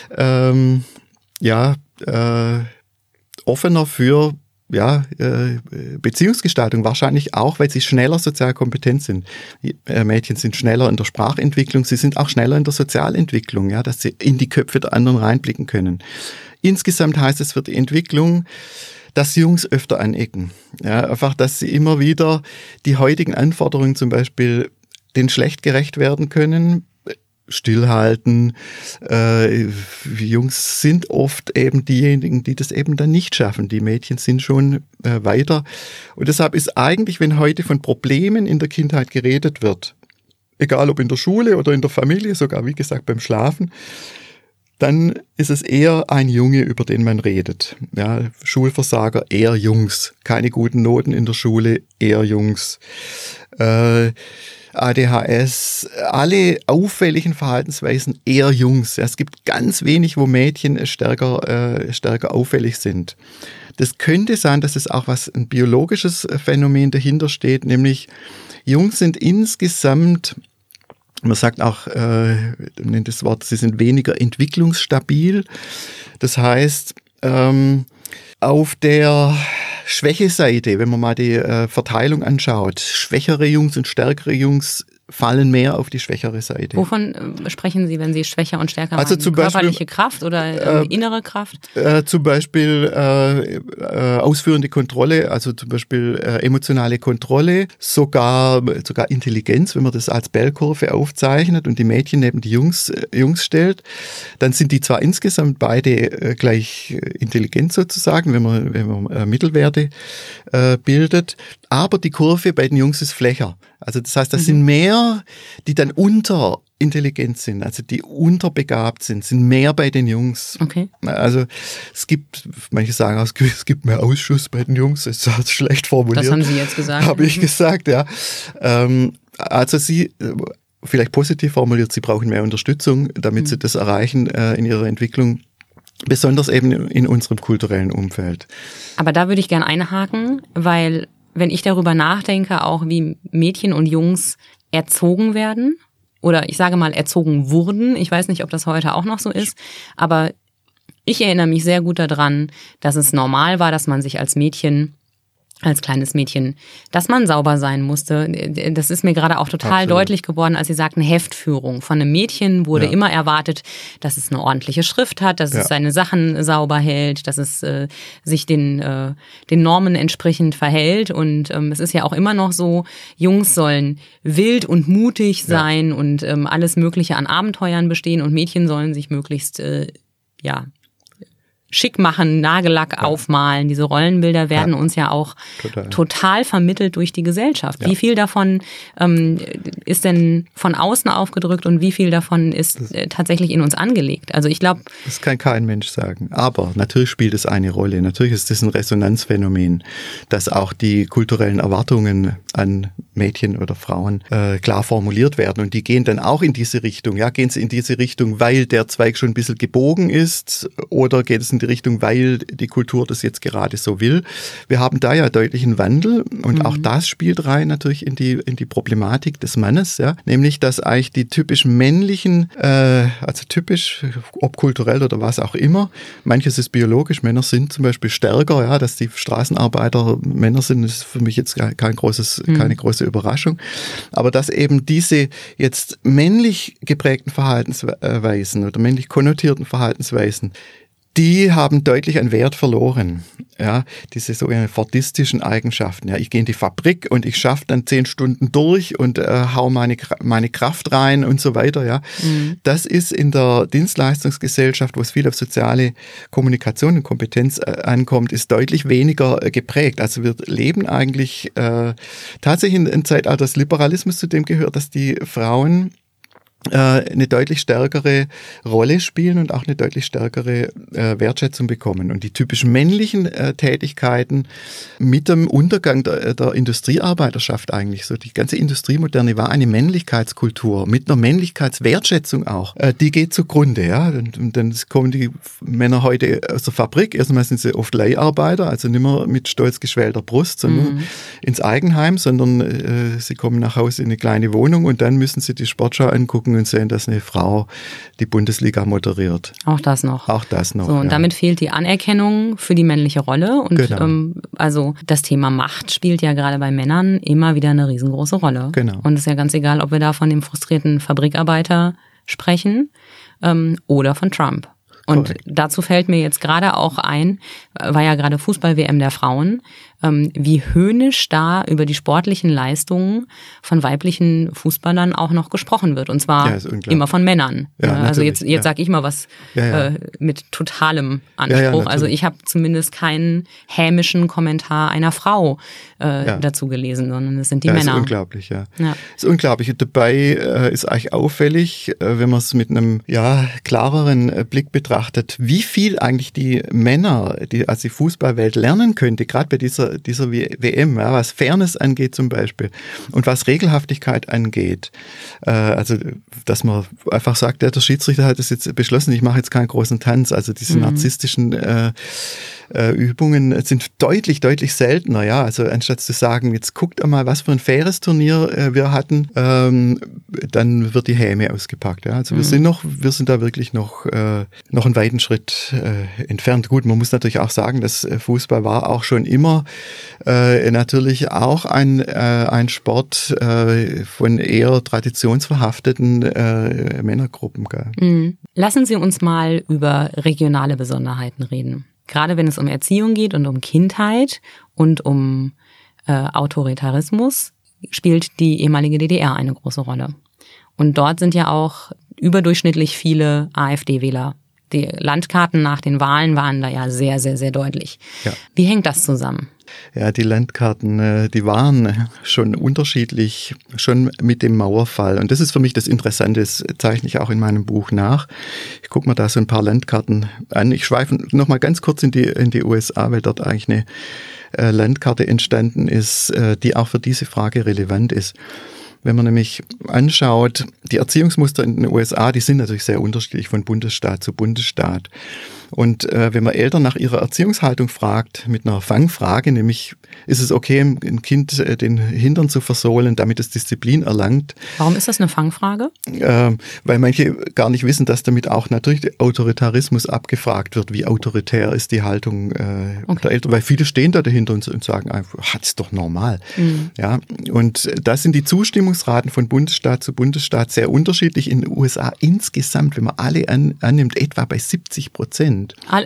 offener für Beziehungsgestaltung, wahrscheinlich auch, weil sie schneller sozial kompetent sind. Mädchen sind schneller in der Sprachentwicklung, sie sind auch schneller in der Sozialentwicklung, ja, dass sie in die Köpfe der anderen reinblicken können. Insgesamt heißt es für die Entwicklung, dass Jungs öfter anecken. Ja, einfach, dass sie immer wieder die heutigen Anforderungen zum Beispiel den schlecht gerecht werden können, stillhalten. Jungs sind oft eben diejenigen, die das eben dann nicht schaffen. Die Mädchen sind schon weiter. Und deshalb ist eigentlich, wenn heute von Problemen in der Kindheit geredet wird, egal ob in der Schule oder in der Familie, sogar wie gesagt beim Schlafen, dann ist es eher ein Junge, über den man redet. Ja, Schulversager, eher Jungs. Keine guten Noten in der Schule, eher Jungs. ADHS, alle auffälligen Verhaltensweisen eher Jungs. Ja, es gibt ganz wenig, wo Mädchen stärker auffällig sind. Das könnte sein, dass es auch ein biologisches Phänomen dahinter steht, nämlich Jungs sind insgesamt, man sagt auch, nennt das Wort, sie sind weniger entwicklungsstabil. Das heißt, auf der Schwächeseite, wenn man mal die Verteilung anschaut, schwächere Jungs und stärkere Jungs fallen mehr auf die schwächere Seite. Wovon sprechen Sie, wenn Sie schwächer und stärker also meinen? Zum körperliche Beispiel, Kraft oder innere Kraft? Zum Beispiel ausführende Kontrolle, also zum Beispiel emotionale Kontrolle, sogar Intelligenz, wenn man das als Bellkurve aufzeichnet und die Mädchen neben die Jungs stellt, dann sind die zwar insgesamt beide gleich intelligent sozusagen, wenn man Mittelwerte bildet, aber die Kurve bei den Jungs ist flächer. Also das heißt, das sind mehr, die dann unterintelligent sind, also die unterbegabt sind mehr bei den Jungs. Okay. Also manche sagen, es gibt mehr Ausschuss bei den Jungs, das ist schlecht formuliert. Das haben Sie jetzt gesagt. Habe ich gesagt, ja. Also vielleicht positiv formuliert, sie brauchen mehr Unterstützung, damit sie das erreichen in ihrer Entwicklung. Besonders eben in unserem kulturellen Umfeld. Aber da würde ich gerne einhaken, weil wenn ich darüber nachdenke, auch wie Mädchen und Jungs erzogen werden oder ich sage mal erzogen wurden, ich weiß nicht, ob das heute auch noch so ist, aber ich erinnere mich sehr gut daran, dass es normal war, dass man sich als kleines Mädchen, dass man sauber sein musste. Das ist mir gerade auch total deutlich geworden, als Sie sagten, Heftführung. Von einem Mädchen wurde immer erwartet, dass es eine ordentliche Schrift hat, dass es seine Sachen sauber hält, dass es sich den Normen entsprechend verhält. Und es ist ja auch immer noch so, Jungs sollen wild und mutig sein und alles Mögliche an Abenteuern bestehen und Mädchen sollen sich möglichst schick machen, Nagellack aufmalen. Diese Rollenbilder werden uns ja auch total vermittelt durch die Gesellschaft. Ja. Wie viel davon ist denn von außen aufgedrückt und wie viel davon ist tatsächlich in uns angelegt? Also ich glaube... Das kann kein Mensch sagen. Aber natürlich spielt es eine Rolle. Natürlich ist das ein Resonanzphänomen, dass auch die kulturellen Erwartungen an Mädchen oder Frauen klar formuliert werden. Und die gehen dann auch in diese Richtung. Ja, gehen sie in diese Richtung, weil der Zweig schon ein bisschen gebogen ist, oder geht es in die Richtung, weil die Kultur das jetzt gerade so will? Wir haben da ja deutlichen Wandel und auch das spielt rein natürlich in die Problematik des Mannes, ja, nämlich dass eigentlich die typisch männlichen, also typisch, ob kulturell oder was auch immer, manches ist biologisch, Männer sind zum Beispiel stärker, ja, dass die Straßenarbeiter Männer sind, ist für mich jetzt keine große Überraschung, aber dass eben diese jetzt männlich geprägten Verhaltensweisen oder männlich konnotierten Verhaltensweisen, die haben deutlich an Wert verloren. Ja, diese sogenannten fordistischen Eigenschaften. Ja, ich gehe in die Fabrik und ich schaffe dann 10 Stunden durch und hau meine Kraft rein und so weiter. Ja, das ist in der Dienstleistungsgesellschaft, wo es viel auf soziale Kommunikation und Kompetenz ankommt, ist deutlich weniger geprägt. Also wir leben eigentlich tatsächlich in einem Zeitalter des Liberalismus, zu dem gehört, dass die Frauen eine deutlich stärkere Rolle spielen und auch eine deutlich stärkere Wertschätzung bekommen. Und die typischen männlichen Tätigkeiten mit dem Untergang der Industriearbeiterschaft eigentlich, so die ganze Industriemoderne war eine Männlichkeitskultur mit einer Männlichkeitswertschätzung auch. Die geht zugrunde, ja. Und dann kommen die Männer heute aus der Fabrik. Erstmal sind sie oft Leiharbeiter, also nicht mehr mit stolz geschwellter Brust, sondern ins Eigenheim, sondern sie kommen nach Hause in eine kleine Wohnung und dann müssen sie die Sportschau angucken und sehen, dass eine Frau die Bundesliga moderiert. Auch das noch. Auch das noch. So, und damit fehlt die Anerkennung für die männliche Rolle. Und genau. Also das Thema Macht spielt ja gerade bei Männern immer wieder eine riesengroße Rolle. Genau. Und es ist ja ganz egal, ob wir da von dem frustrierten Fabrikarbeiter sprechen oder von Trump. Und Correct. Dazu fällt mir jetzt gerade auch ein, war ja gerade Fußball-WM der Frauen, wie höhnisch da über die sportlichen Leistungen von weiblichen Fußballern auch noch gesprochen wird. Und zwar immer von Männern. Ja, also jetzt sage ich mal was mit totalem Anspruch. Also ich habe zumindest keinen hämischen Kommentar einer Frau dazu gelesen, sondern es sind die Männer. Das ist unglaublich, ja. Das ist unglaublich. Und dabei ist eigentlich auffällig, wenn man es mit einem klareren Blick betrachtet, wie viel eigentlich die Männer, die Fußballwelt lernen könnte, gerade bei dieser WM, ja, was Fairness angeht zum Beispiel und was Regelhaftigkeit angeht. Also, dass man einfach sagt, der Schiedsrichter hat es jetzt beschlossen, ich mache jetzt keinen großen Tanz. Also diese narzisstischen Übungen sind deutlich, deutlich seltener. Ja, also anstatt zu sagen, jetzt guckt mal, was für ein faires Turnier wir hatten, dann wird die Häme ausgepackt. Ja. Also wir sind da wirklich noch einen weiten Schritt entfernt. Gut, man muss natürlich auch sagen, dass Fußball war auch schon immer natürlich auch ein Sport von eher traditionsverhafteten Männergruppen. Gell. Lassen Sie uns mal über regionale Besonderheiten reden. Gerade wenn es um Erziehung geht und um Kindheit und um Autoritarismus, spielt die ehemalige DDR eine große Rolle. Und dort sind ja auch überdurchschnittlich viele AfD-Wähler. Die Landkarten nach den Wahlen waren da ja sehr, sehr, sehr deutlich. Ja. Wie hängt das zusammen? Ja, die Landkarten, die waren schon unterschiedlich, schon mit dem Mauerfall. Und das ist für mich das Interessante, das zeichne ich auch in meinem Buch nach. Ich gucke mir da so ein paar Landkarten an. Ich schweife noch mal ganz kurz in die USA, weil dort eigentlich eine Landkarte entstanden ist, die auch für diese Frage relevant ist. Wenn man nämlich anschaut, die Erziehungsmuster in den USA, die sind natürlich sehr unterschiedlich von Bundesstaat zu Bundesstaat. Und wenn man Eltern nach ihrer Erziehungshaltung fragt, mit einer Fangfrage, nämlich ist es okay, ein Kind den Hintern zu versohlen, damit es Disziplin erlangt. Warum ist das eine Fangfrage? Weil manche gar nicht wissen, dass damit auch natürlich der Autoritarismus abgefragt wird. Wie autoritär ist die Haltung der Eltern? Weil viele stehen da dahinter und sagen einfach, das ist doch normal. Ja, und das sind die Zustimmungsraten von Bundesstaat zu Bundesstaat sehr unterschiedlich. In den USA insgesamt, wenn man alle annimmt, etwa bei 70%.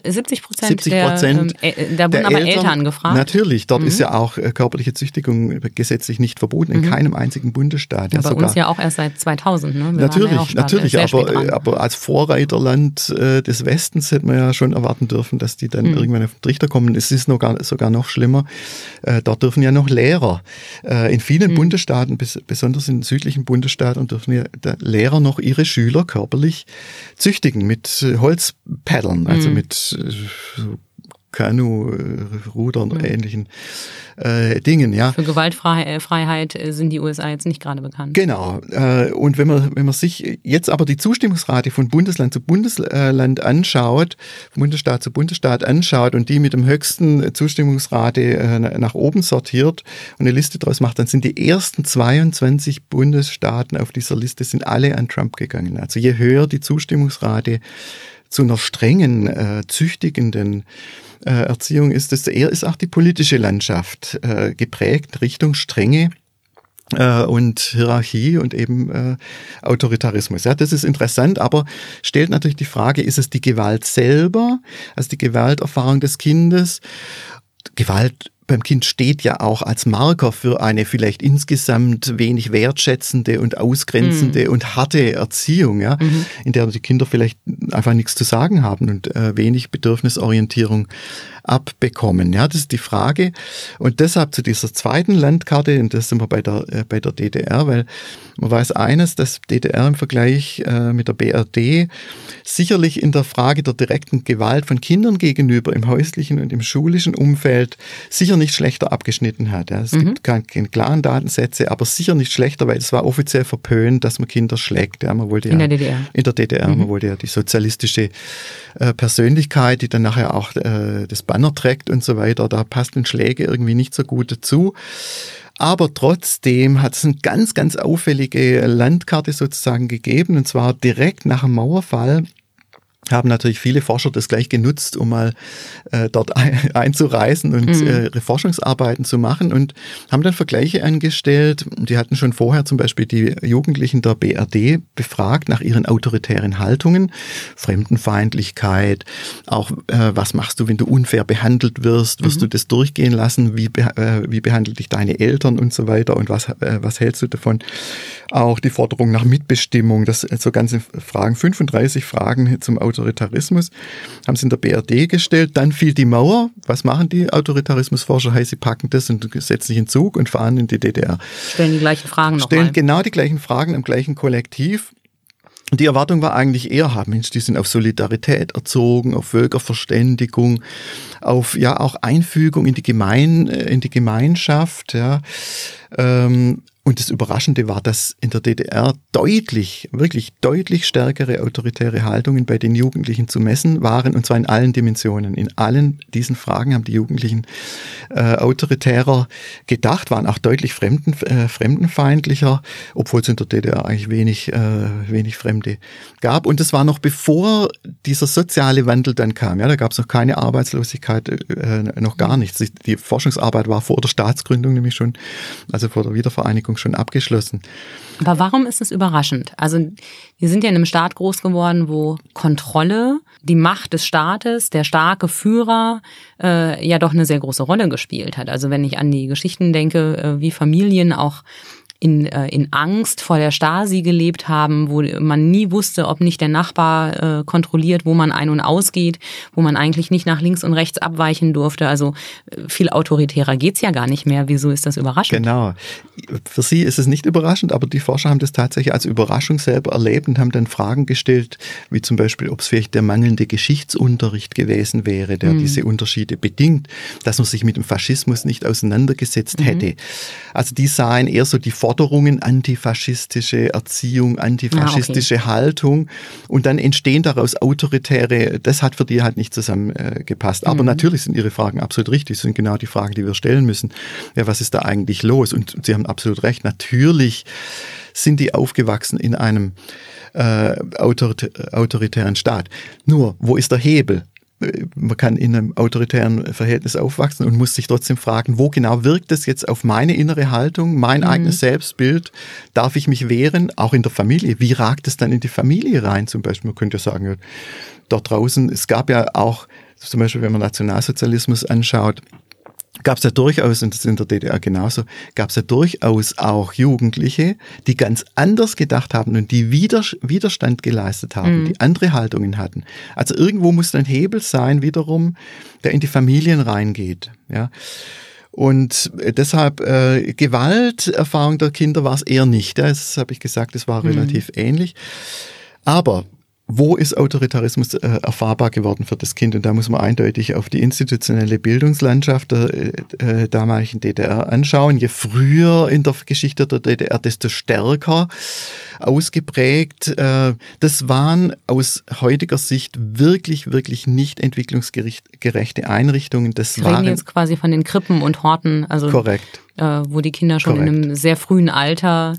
70%? Da wurden aber Eltern gefragt? Natürlich, dort ist ja auch körperliche Züchtigung gesetzlich nicht verboten, in keinem einzigen Bundesstaat. Ja, bei uns ja auch erst seit 2000. Ne? Natürlich, aber als Vorreiterland des Westens hätte man ja schon erwarten dürfen, dass die dann irgendwann auf den Trichter kommen. Es ist sogar noch schlimmer, dort dürfen ja noch Lehrer. In vielen Bundesstaaten, besonders in südlichen Bundesstaaten, dürfen ja Lehrer noch ihre Schüler körperlich züchtigen mit Holzpaddeln, also mit Kanu, Rudern und ähnlichen Dingen. Ja. Für Gewaltfreiheit sind die USA jetzt nicht gerade bekannt. Genau. Und wenn man sich jetzt aber die Zustimmungsrate von Bundesland zu Bundesland anschaut, Bundesstaat zu Bundesstaat anschaut und die mit dem höchsten Zustimmungsrate nach oben sortiert und eine Liste draus macht, dann sind die ersten 22 Bundesstaaten auf dieser Liste sind alle an Trump gegangen. Also je höher die Zustimmungsrate zu einer strengen, züchtigenden Erziehung ist, desto eher ist auch die politische Landschaft geprägt Richtung Strenge und Hierarchie und eben Autoritarismus. Ja, das ist interessant, aber stellt natürlich die Frage, ist es die Gewalt selber, also die Gewalterfahrung des Kindes? Gewalt beim Kind steht ja auch als Marker für eine vielleicht insgesamt wenig wertschätzende und ausgrenzende und harte Erziehung, ja, in der die Kinder vielleicht einfach nichts zu sagen haben und wenig Bedürfnisorientierung abbekommen. Ja, das ist die Frage. Und deshalb zu dieser zweiten Landkarte, und das sind wir bei der DDR, weil man weiß eines, dass DDR im Vergleich mit der BRD sicherlich in der Frage der direkten Gewalt von Kindern gegenüber im häuslichen und im schulischen Umfeld sicher nicht schlechter abgeschnitten hat. Ja. Es gibt keine klaren Datensätze, aber sicher nicht schlechter, weil es war offiziell verpönt, dass man Kinder schlägt. Ja. Man wollte in der DDR. In der DDR. Man wollte ja die sozialistische Persönlichkeit, die dann nachher auch das Banner trägt und so weiter, da passten Schläge irgendwie nicht so gut dazu. Aber trotzdem hat es eine ganz, ganz auffällige Landkarte sozusagen gegeben, und zwar direkt nach dem Mauerfall. Haben natürlich viele Forscher das gleich genutzt, um mal dort einzureisen und ihre Forschungsarbeiten zu machen, und haben dann Vergleiche angestellt. Die hatten schon vorher zum Beispiel die Jugendlichen der BRD befragt nach ihren autoritären Haltungen, Fremdenfeindlichkeit, auch was machst du, wenn du unfair behandelt wirst, wirst du das durchgehen lassen, wie behandeln dich deine Eltern und so weiter, und was hältst du davon? Auch die Forderung nach Mitbestimmung, das so ganze Fragen, 35 Fragen zum Autoritarismus, haben sie in der BRD gestellt. Dann fiel die Mauer. Was machen die Autoritarismusforscher? Sie packen das und setzen sich in Zug und fahren in die DDR. Stellen die gleichen Fragen nochmal. Stellen genau die gleichen Fragen im gleichen Kollektiv. Die Erwartung war eigentlich eher, Mensch, die sind auf Solidarität erzogen, auf Völkerverständigung, auf ja auch Einfügung in die Gemeinschaft, ja. Und das Überraschende war, dass in der DDR wirklich deutlich stärkere autoritäre Haltungen bei den Jugendlichen zu messen waren, und zwar in allen Dimensionen. In allen diesen Fragen haben die Jugendlichen autoritärer gedacht, waren auch deutlich fremdenfeindlicher, obwohl es in der DDR eigentlich wenig Fremde gab. Und das war noch bevor dieser soziale Wandel dann kam. Ja, da gab es noch keine Arbeitslosigkeit, noch gar nichts. Die Forschungsarbeit war vor der Staatsgründung nämlich schon, also vor der Wiedervereinigung schon abgeschlossen. Aber warum ist es überraschend? Also wir sind ja in einem Staat groß geworden, wo Kontrolle, die Macht des Staates, der starke Führer ja doch eine sehr große Rolle gespielt hat. Also wenn ich an die Geschichten denke, wie Familien auch in Angst vor der Stasi gelebt haben, wo man nie wusste, ob nicht der Nachbar kontrolliert, wo man ein- und ausgeht, wo man eigentlich nicht nach links und rechts abweichen durfte. Also viel autoritärer geht's ja gar nicht mehr. Wieso ist das überraschend? Genau. Für Sie ist es nicht überraschend, aber die Forscher haben das tatsächlich als Überraschung selber erlebt und haben dann Fragen gestellt, wie zum Beispiel, ob es vielleicht der mangelnde Geschichtsunterricht gewesen wäre, der diese Unterschiede bedingt, dass man sich mit dem Faschismus nicht auseinandergesetzt hätte. Also die sahen eher so die Forderungen, antifaschistische Erziehung, antifaschistische Haltung, und dann entstehen daraus autoritäre, das hat für die halt nicht zusammengepasst. Aber natürlich sind Ihre Fragen absolut richtig, das sind genau die Fragen, die wir stellen müssen. Ja, was ist da eigentlich los? Und Sie haben absolut recht, natürlich sind die aufgewachsen in einem autoritären Staat. Nur, wo ist der Hebel? Man kann in einem autoritären Verhältnis aufwachsen und muss sich trotzdem fragen, wo genau wirkt das jetzt auf meine innere Haltung, mein eigenes Selbstbild? Darf ich mich wehren? Auch in der Familie. Wie ragt es dann in die Familie rein? Zum Beispiel, man könnte ja sagen, dort draußen, es gab ja auch, zum Beispiel, wenn man Nationalsozialismus anschaut, gab es ja durchaus, und das ist in der DDR genauso, gab es ja durchaus auch Jugendliche, die ganz anders gedacht haben und die Widerstand geleistet haben, die andere Haltungen hatten. Also irgendwo muss ein Hebel sein, wiederum, der in die Familien reingeht. Ja. Und deshalb Gewalterfahrung der Kinder war es eher nicht. Ja. Das habe ich gesagt, das war relativ ähnlich. Aber wo ist Autoritarismus erfahrbar geworden für das Kind? Und da muss man eindeutig auf die institutionelle Bildungslandschaft der damaligen DDR anschauen. Je früher in der Geschichte der DDR, desto stärker ausgeprägt. Das waren aus heutiger Sicht wirklich, wirklich nicht entwicklungsgerechte Einrichtungen. Wir reden jetzt quasi von den Krippen und Horten. Also korrekt. Wo die Kinder schon in einem sehr frühen Alter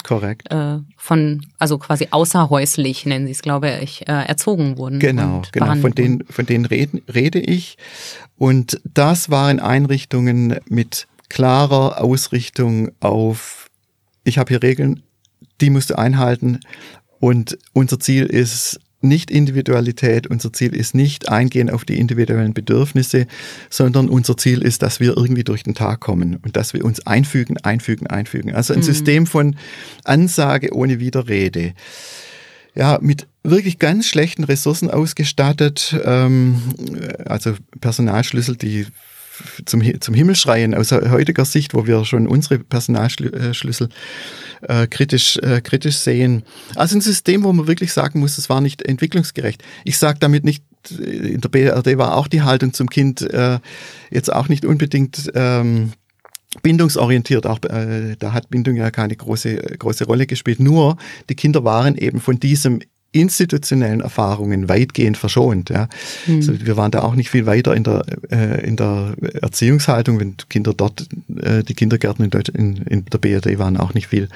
also quasi außerhäuslich, nennen sie es, glaube ich, erzogen wurden. Genau. Von denen rede ich. Und das waren Einrichtungen mit klarer Ausrichtung auf, ich habe hier Regeln, die musst du einhalten, und unser Ziel ist, nicht Individualität, unser Ziel ist nicht Eingehen auf die individuellen Bedürfnisse, sondern unser Ziel ist, dass wir irgendwie durch den Tag kommen und dass wir uns einfügen. Also ein System von Ansage ohne Widerrede. Ja, mit wirklich ganz schlechten Ressourcen ausgestattet, also Personalschlüssel, die zum Himmel schreien aus heutiger Sicht, wo wir schon unsere Personalschlüssel kritisch sehen. Also ein System, wo man wirklich sagen muss, es war nicht entwicklungsgerecht. Ich sage damit nicht, in der BRD war auch die Haltung zum Kind jetzt auch nicht unbedingt bindungsorientiert. Auch da hat Bindung ja keine große Rolle gespielt. Nur die Kinder waren eben von diesem institutionellen Erfahrungen weitgehend verschont. Ja. Also wir waren da auch nicht viel weiter in der Erziehungshaltung, wenn Kinder dort, die Kindergärten in der BRD waren auch nicht viel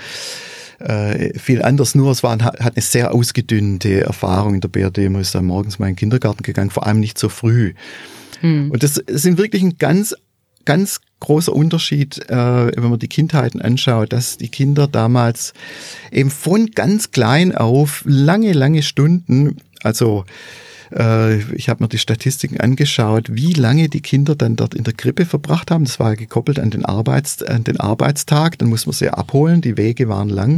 anders. Nur es hat eine sehr ausgedünnte Erfahrung in der BRD. Man ist da morgens mal in den Kindergarten gegangen, vor allem nicht so früh. Und das sind wirklich ein ganz großer Unterschied, wenn man die Kindheiten anschaut, dass die Kinder damals eben von ganz klein auf lange Stunden, also ich habe mir die Statistiken angeschaut, wie lange die Kinder dann dort in der Krippe verbracht haben. Das war gekoppelt an den Arbeitstag. Dann muss man sie abholen. Die Wege waren lang.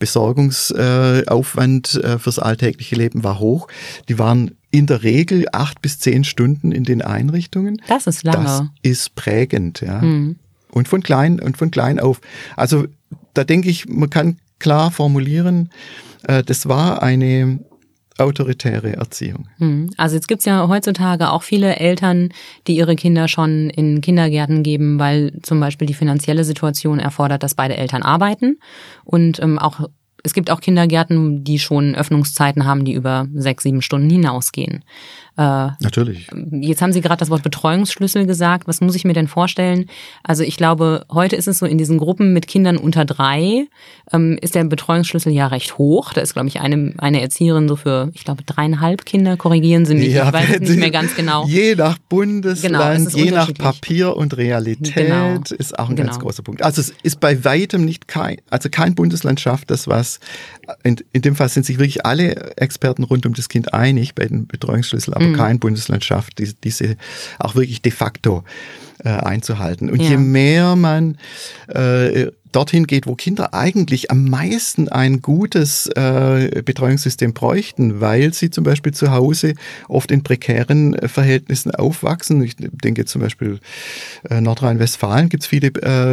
Besorgungsaufwand fürs alltägliche Leben war hoch. Die waren in der Regel 8 bis 10 Stunden in den Einrichtungen. Das ist lange. Das ist prägend, ja. Und von klein auf. Also da denke ich, man kann klar formulieren, das war eine autoritäre Erziehung. Also jetzt gibt's ja heutzutage auch viele Eltern, die ihre Kinder schon in Kindergärten geben, weil zum Beispiel die finanzielle Situation erfordert, dass beide Eltern arbeiten. Und es gibt auch Kindergärten, die schon Öffnungszeiten haben, die über 6-7 Stunden hinausgehen. Natürlich. Jetzt haben Sie gerade das Wort Betreuungsschlüssel gesagt. Was muss ich mir denn vorstellen? Also ich glaube, heute ist es so, in diesen Gruppen mit Kindern unter 3 ist der Betreuungsschlüssel ja recht hoch. Da ist, glaube ich, eine Erzieherin so für, ich glaube, 3,5 Kinder, korrigieren Sie mich, ich weiß es nicht mehr ganz genau. Je nach Bundesland, je nach Papier und Realität ist auch ein ganz großer Punkt. Also es ist bei weitem nicht kein Bundesland schafft das, was, in dem Fall sind sich wirklich alle Experten rund um das Kind einig bei den Betreuungsschlüsseln, aber kein Bundesland schafft diese auch wirklich de facto einzuhalten. Und je mehr man dorthin geht, wo Kinder eigentlich am meisten ein gutes Betreuungssystem bräuchten, weil sie zum Beispiel zu Hause oft in prekären Verhältnissen aufwachsen. Ich denke zum Beispiel Nordrhein-Westfalen gibt es viele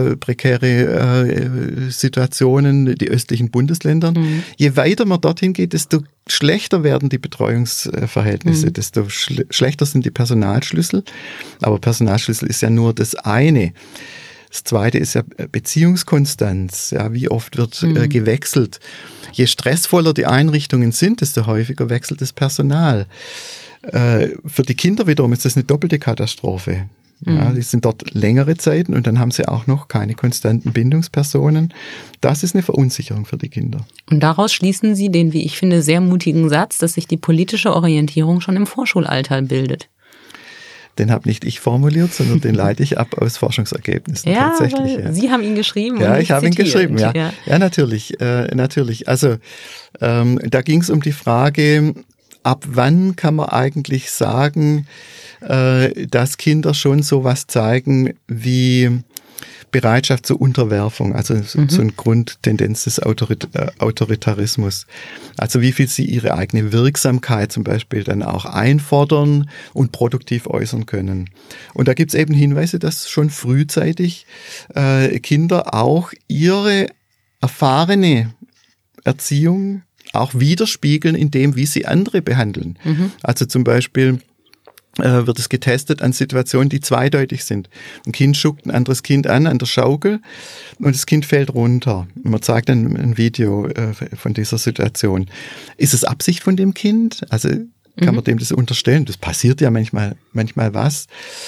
prekäre Situationen, die östlichen Bundesländer. Je weiter man dorthin geht, desto schlechter werden die Betreuungsverhältnisse, desto schlechter sind die Personalschlüssel. Aber Personalschlüssel ist ja nur das eine. Das zweite ist ja Beziehungskonstanz. Ja, wie oft wird gewechselt? Je stressvoller die Einrichtungen sind, desto häufiger wechselt das Personal. Für die Kinder wiederum ist das eine doppelte Katastrophe. Ja, die sind dort längere Zeiten und dann haben sie auch noch keine konstanten Bindungspersonen. Das ist eine Verunsicherung für die Kinder. Und daraus schließen Sie den, wie ich finde, sehr mutigen Satz, dass sich die politische Orientierung schon im Vorschulalter bildet. Den habe nicht ich formuliert, sondern den leite ich ab aus Forschungsergebnissen tatsächlich. Ja. Sie haben ihn geschrieben. Ja, ich habe ihn geschrieben, ja. Ja, natürlich. Also da ging es um die Frage, ab wann kann man eigentlich sagen, dass Kinder schon sowas zeigen wie Bereitschaft zur Unterwerfung, also so eine Grundtendenz des Autoritarismus. Also wie viel sie ihre eigene Wirksamkeit zum Beispiel dann auch einfordern und produktiv äußern können. Und da gibt es eben Hinweise, dass schon frühzeitig Kinder auch ihre erfahrene Erziehung auch widerspiegeln in dem, wie sie andere behandeln. Also zum Beispiel wird es getestet an Situationen, die zweideutig sind. Ein Kind schuckt ein anderes Kind an der Schaukel und das Kind fällt runter. Und man zeigt dann ein Video von dieser Situation. Ist es Absicht von dem Kind? Also kann man dem das unterstellen? Das passiert ja manchmal was.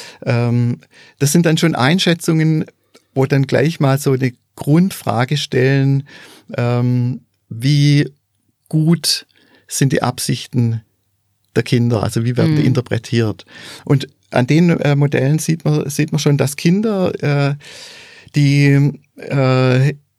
Das sind dann schon Einschätzungen, wo dann gleich mal so eine Grundfrage stellen, wie gut sind die Absichten der Kinder, also wie werden die interpretiert. Und an den Modellen sieht man schon, dass Kinder, die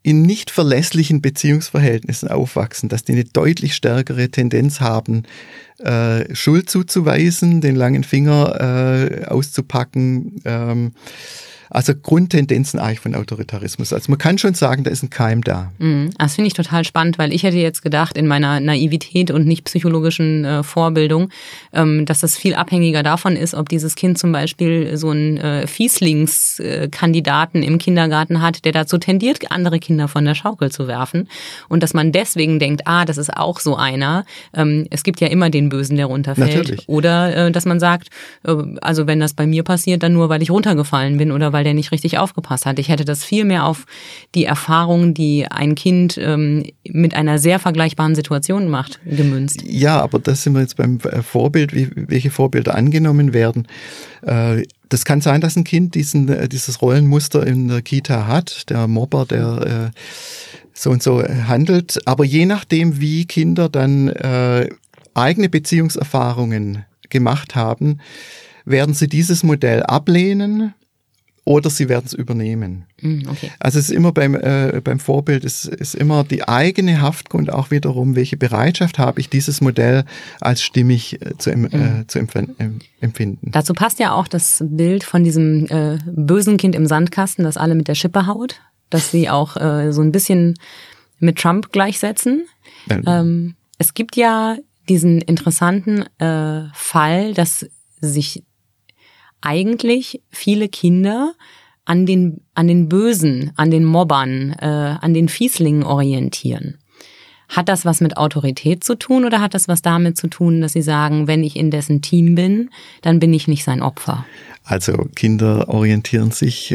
in nicht verlässlichen Beziehungsverhältnissen aufwachsen, dass die eine deutlich stärkere Tendenz haben, Schuld zuzuweisen, den langen Finger auszupacken, also Grundtendenzen eigentlich von Autoritarismus. Also man kann schon sagen, da ist ein Keim da. Das finde ich total spannend, weil ich hätte jetzt gedacht, in meiner Naivität und nicht psychologischen Vorbildung, dass das viel abhängiger davon ist, ob dieses Kind zum Beispiel so einen Fieslingskandidaten im Kindergarten hat, der dazu tendiert, andere Kinder von der Schaukel zu werfen. Und dass man deswegen denkt, das ist auch so einer. Es gibt ja immer den Bösen, der runterfällt. Natürlich. Oder dass man sagt, also wenn das bei mir passiert, dann nur, weil ich runtergefallen bin oder weil der nicht richtig aufgepasst hat. Ich hätte das viel mehr auf die Erfahrung, die ein Kind mit einer sehr vergleichbaren Situation macht, gemünzt. Ja, aber das sind wir jetzt beim Vorbild, welche Vorbilder angenommen werden. Das kann sein, dass ein Kind dieses Rollenmuster in der Kita hat, der Mobber, der so und so handelt. Aber je nachdem, wie Kinder dann eigene Beziehungserfahrungen gemacht haben, werden sie dieses Modell ablehnen oder sie werden es übernehmen. Okay. Also es ist immer beim Vorbild, es ist immer die eigene Haftgrund auch wiederum, welche Bereitschaft habe ich, dieses Modell als stimmig zu empfinden. Dazu passt ja auch das Bild von diesem bösen Kind im Sandkasten, das alle mit der Schippe haut, dass sie auch so ein bisschen mit Trump gleichsetzen. Es gibt ja diesen interessanten Fall, dass sich eigentlich viele Kinder an den Bösen, an den Mobbern, an den Fieslingen orientieren. Hat das was mit Autorität zu tun oder hat das was damit zu tun, dass sie sagen, wenn ich in dessen Team bin, dann bin ich nicht sein Opfer? Also Kinder orientieren sich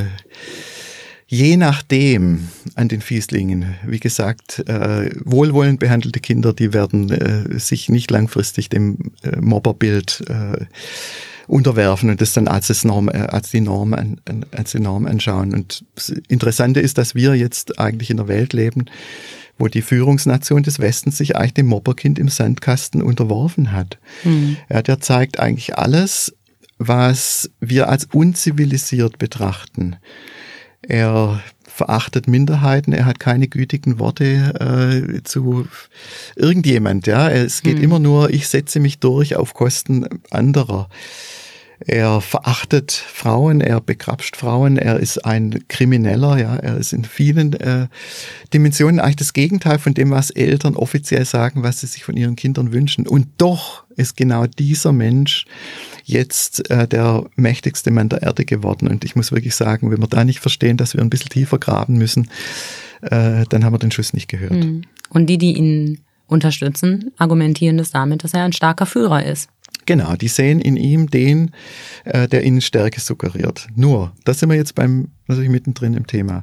je nachdem an den Fieslingen. Wie gesagt, wohlwollend behandelte Kinder, die werden sich nicht langfristig dem Mobberbild unterwerfen und das dann als die Norm anschauen. Und das Interessante ist, dass wir jetzt eigentlich in einer Welt leben, wo die Führungsnation des Westens sich eigentlich dem Mobberkind im Sandkasten unterworfen hat. Ja, der zeigt eigentlich alles, was wir als unzivilisiert betrachten. Er verachtet Minderheiten, er hat keine gütigen Worte zu irgendjemand. Ja, es geht immer nur, ich setze mich durch auf Kosten anderer. Er verachtet Frauen, er begrapscht Frauen, er ist ein Krimineller, ja, er ist in vielen Dimensionen eigentlich das Gegenteil von dem, was Eltern offiziell sagen, was sie sich von ihren Kindern wünschen. Und doch ist genau dieser Mensch jetzt der mächtigste Mann der Erde geworden. Und ich muss wirklich sagen, wenn wir da nicht verstehen, dass wir ein bisschen tiefer graben müssen, dann haben wir den Schuss nicht gehört. Und die ihn unterstützen, argumentieren das damit, dass er ein starker Führer ist. Genau, die sehen in ihm den, der ihnen Stärke suggeriert. Nur, da sind wir jetzt natürlich mittendrin im Thema.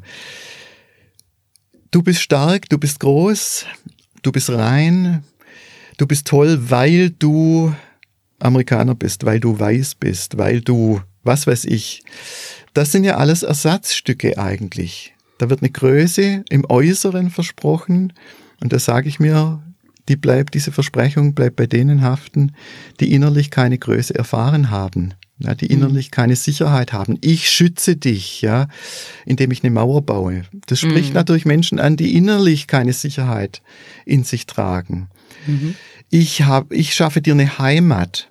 Du bist stark, du bist groß, du bist rein, du bist toll, weil du Amerikaner bist, weil du weiß bist, weil du, was weiß ich. Das sind ja alles Ersatzstücke eigentlich. Da wird eine Größe im Äußeren versprochen und da sage ich mir, diese Versprechung bleibt bei denen haften, die innerlich keine Größe erfahren haben, ja, die innerlich keine Sicherheit haben. Ich schütze dich, ja, indem ich eine Mauer baue. Das spricht natürlich Menschen an, die innerlich keine Sicherheit in sich tragen. Ich schaffe dir eine Heimat.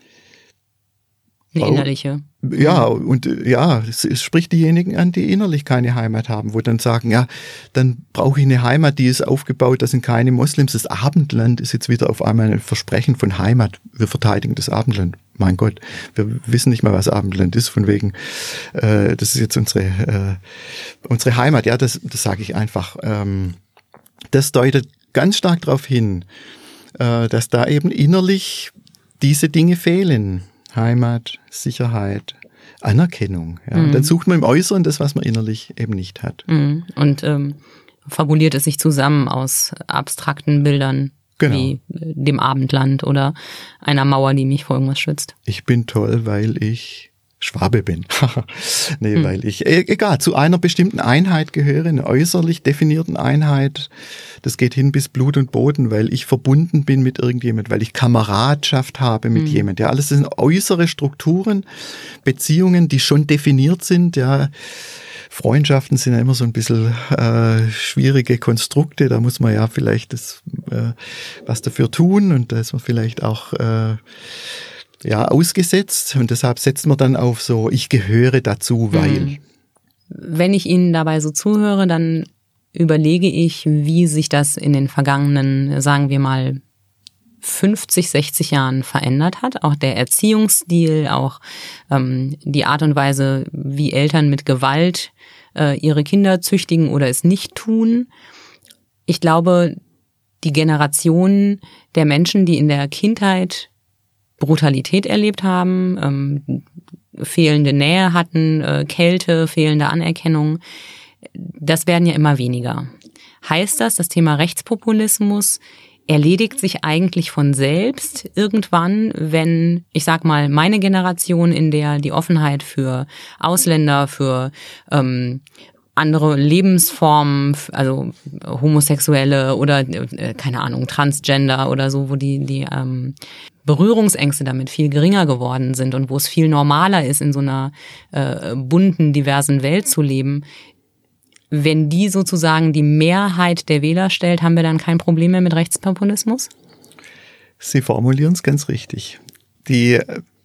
Eine innerliche. Ja, und ja, es spricht diejenigen an, die innerlich keine Heimat haben, wo dann sagen, ja, dann brauche ich eine Heimat, die ist aufgebaut, da sind keine Moslems. Das Abendland ist jetzt wieder auf einmal ein Versprechen von Heimat. Wir verteidigen das Abendland. Mein Gott, wir wissen nicht mal, was Abendland ist, von wegen, das ist jetzt unsere Heimat. Ja, das sage ich einfach. Das deutet ganz stark darauf hin, dass da eben innerlich diese Dinge fehlen. Heimat, Sicherheit, Anerkennung. Ja. Und dann sucht man im Äußeren das, was man innerlich eben nicht hat. Und fabuliert es sich zusammen aus abstrakten Bildern, genau, wie dem Abendland oder einer Mauer, die mich vor irgendwas schützt. Ich bin toll, weil ich Schwabe bin. Nee, weil ich, egal, zu einer bestimmten Einheit gehöre, einer äußerlich definierten Einheit. Das geht hin bis Blut und Boden, weil ich verbunden bin mit irgendjemand, weil ich Kameradschaft habe mit jemand. Ja, alles sind äußere Strukturen, Beziehungen, die schon definiert sind, ja. Freundschaften sind ja immer so ein bisschen schwierige Konstrukte. Da muss man ja vielleicht was dafür tun und da ist man vielleicht auch ausgesetzt. Und deshalb setzt man dann auf so, ich gehöre dazu, weil. Wenn ich Ihnen dabei so zuhöre, dann überlege ich, wie sich das in den vergangenen, sagen wir mal, 50, 60 Jahren verändert hat. Auch der Erziehungsstil, auch die Art und Weise, wie Eltern mit Gewalt ihre Kinder züchtigen oder es nicht tun. Ich glaube, die Generation der Menschen, die in der Kindheit Brutalität erlebt haben, fehlende Nähe hatten, Kälte, fehlende Anerkennung, das werden ja immer weniger. Heißt das Thema Rechtspopulismus erledigt sich eigentlich von selbst irgendwann, wenn, ich sag mal, meine Generation, in der die Offenheit für Ausländer, für andere Lebensformen, also Homosexuelle oder, keine Ahnung, Transgender oder so, wo die Berührungsängste damit viel geringer geworden sind und wo es viel normaler ist, in so einer bunten, diversen Welt zu leben. Wenn die sozusagen die Mehrheit der Wähler stellt, haben wir dann kein Problem mehr mit Rechtspopulismus? Sie formulieren es ganz richtig. Die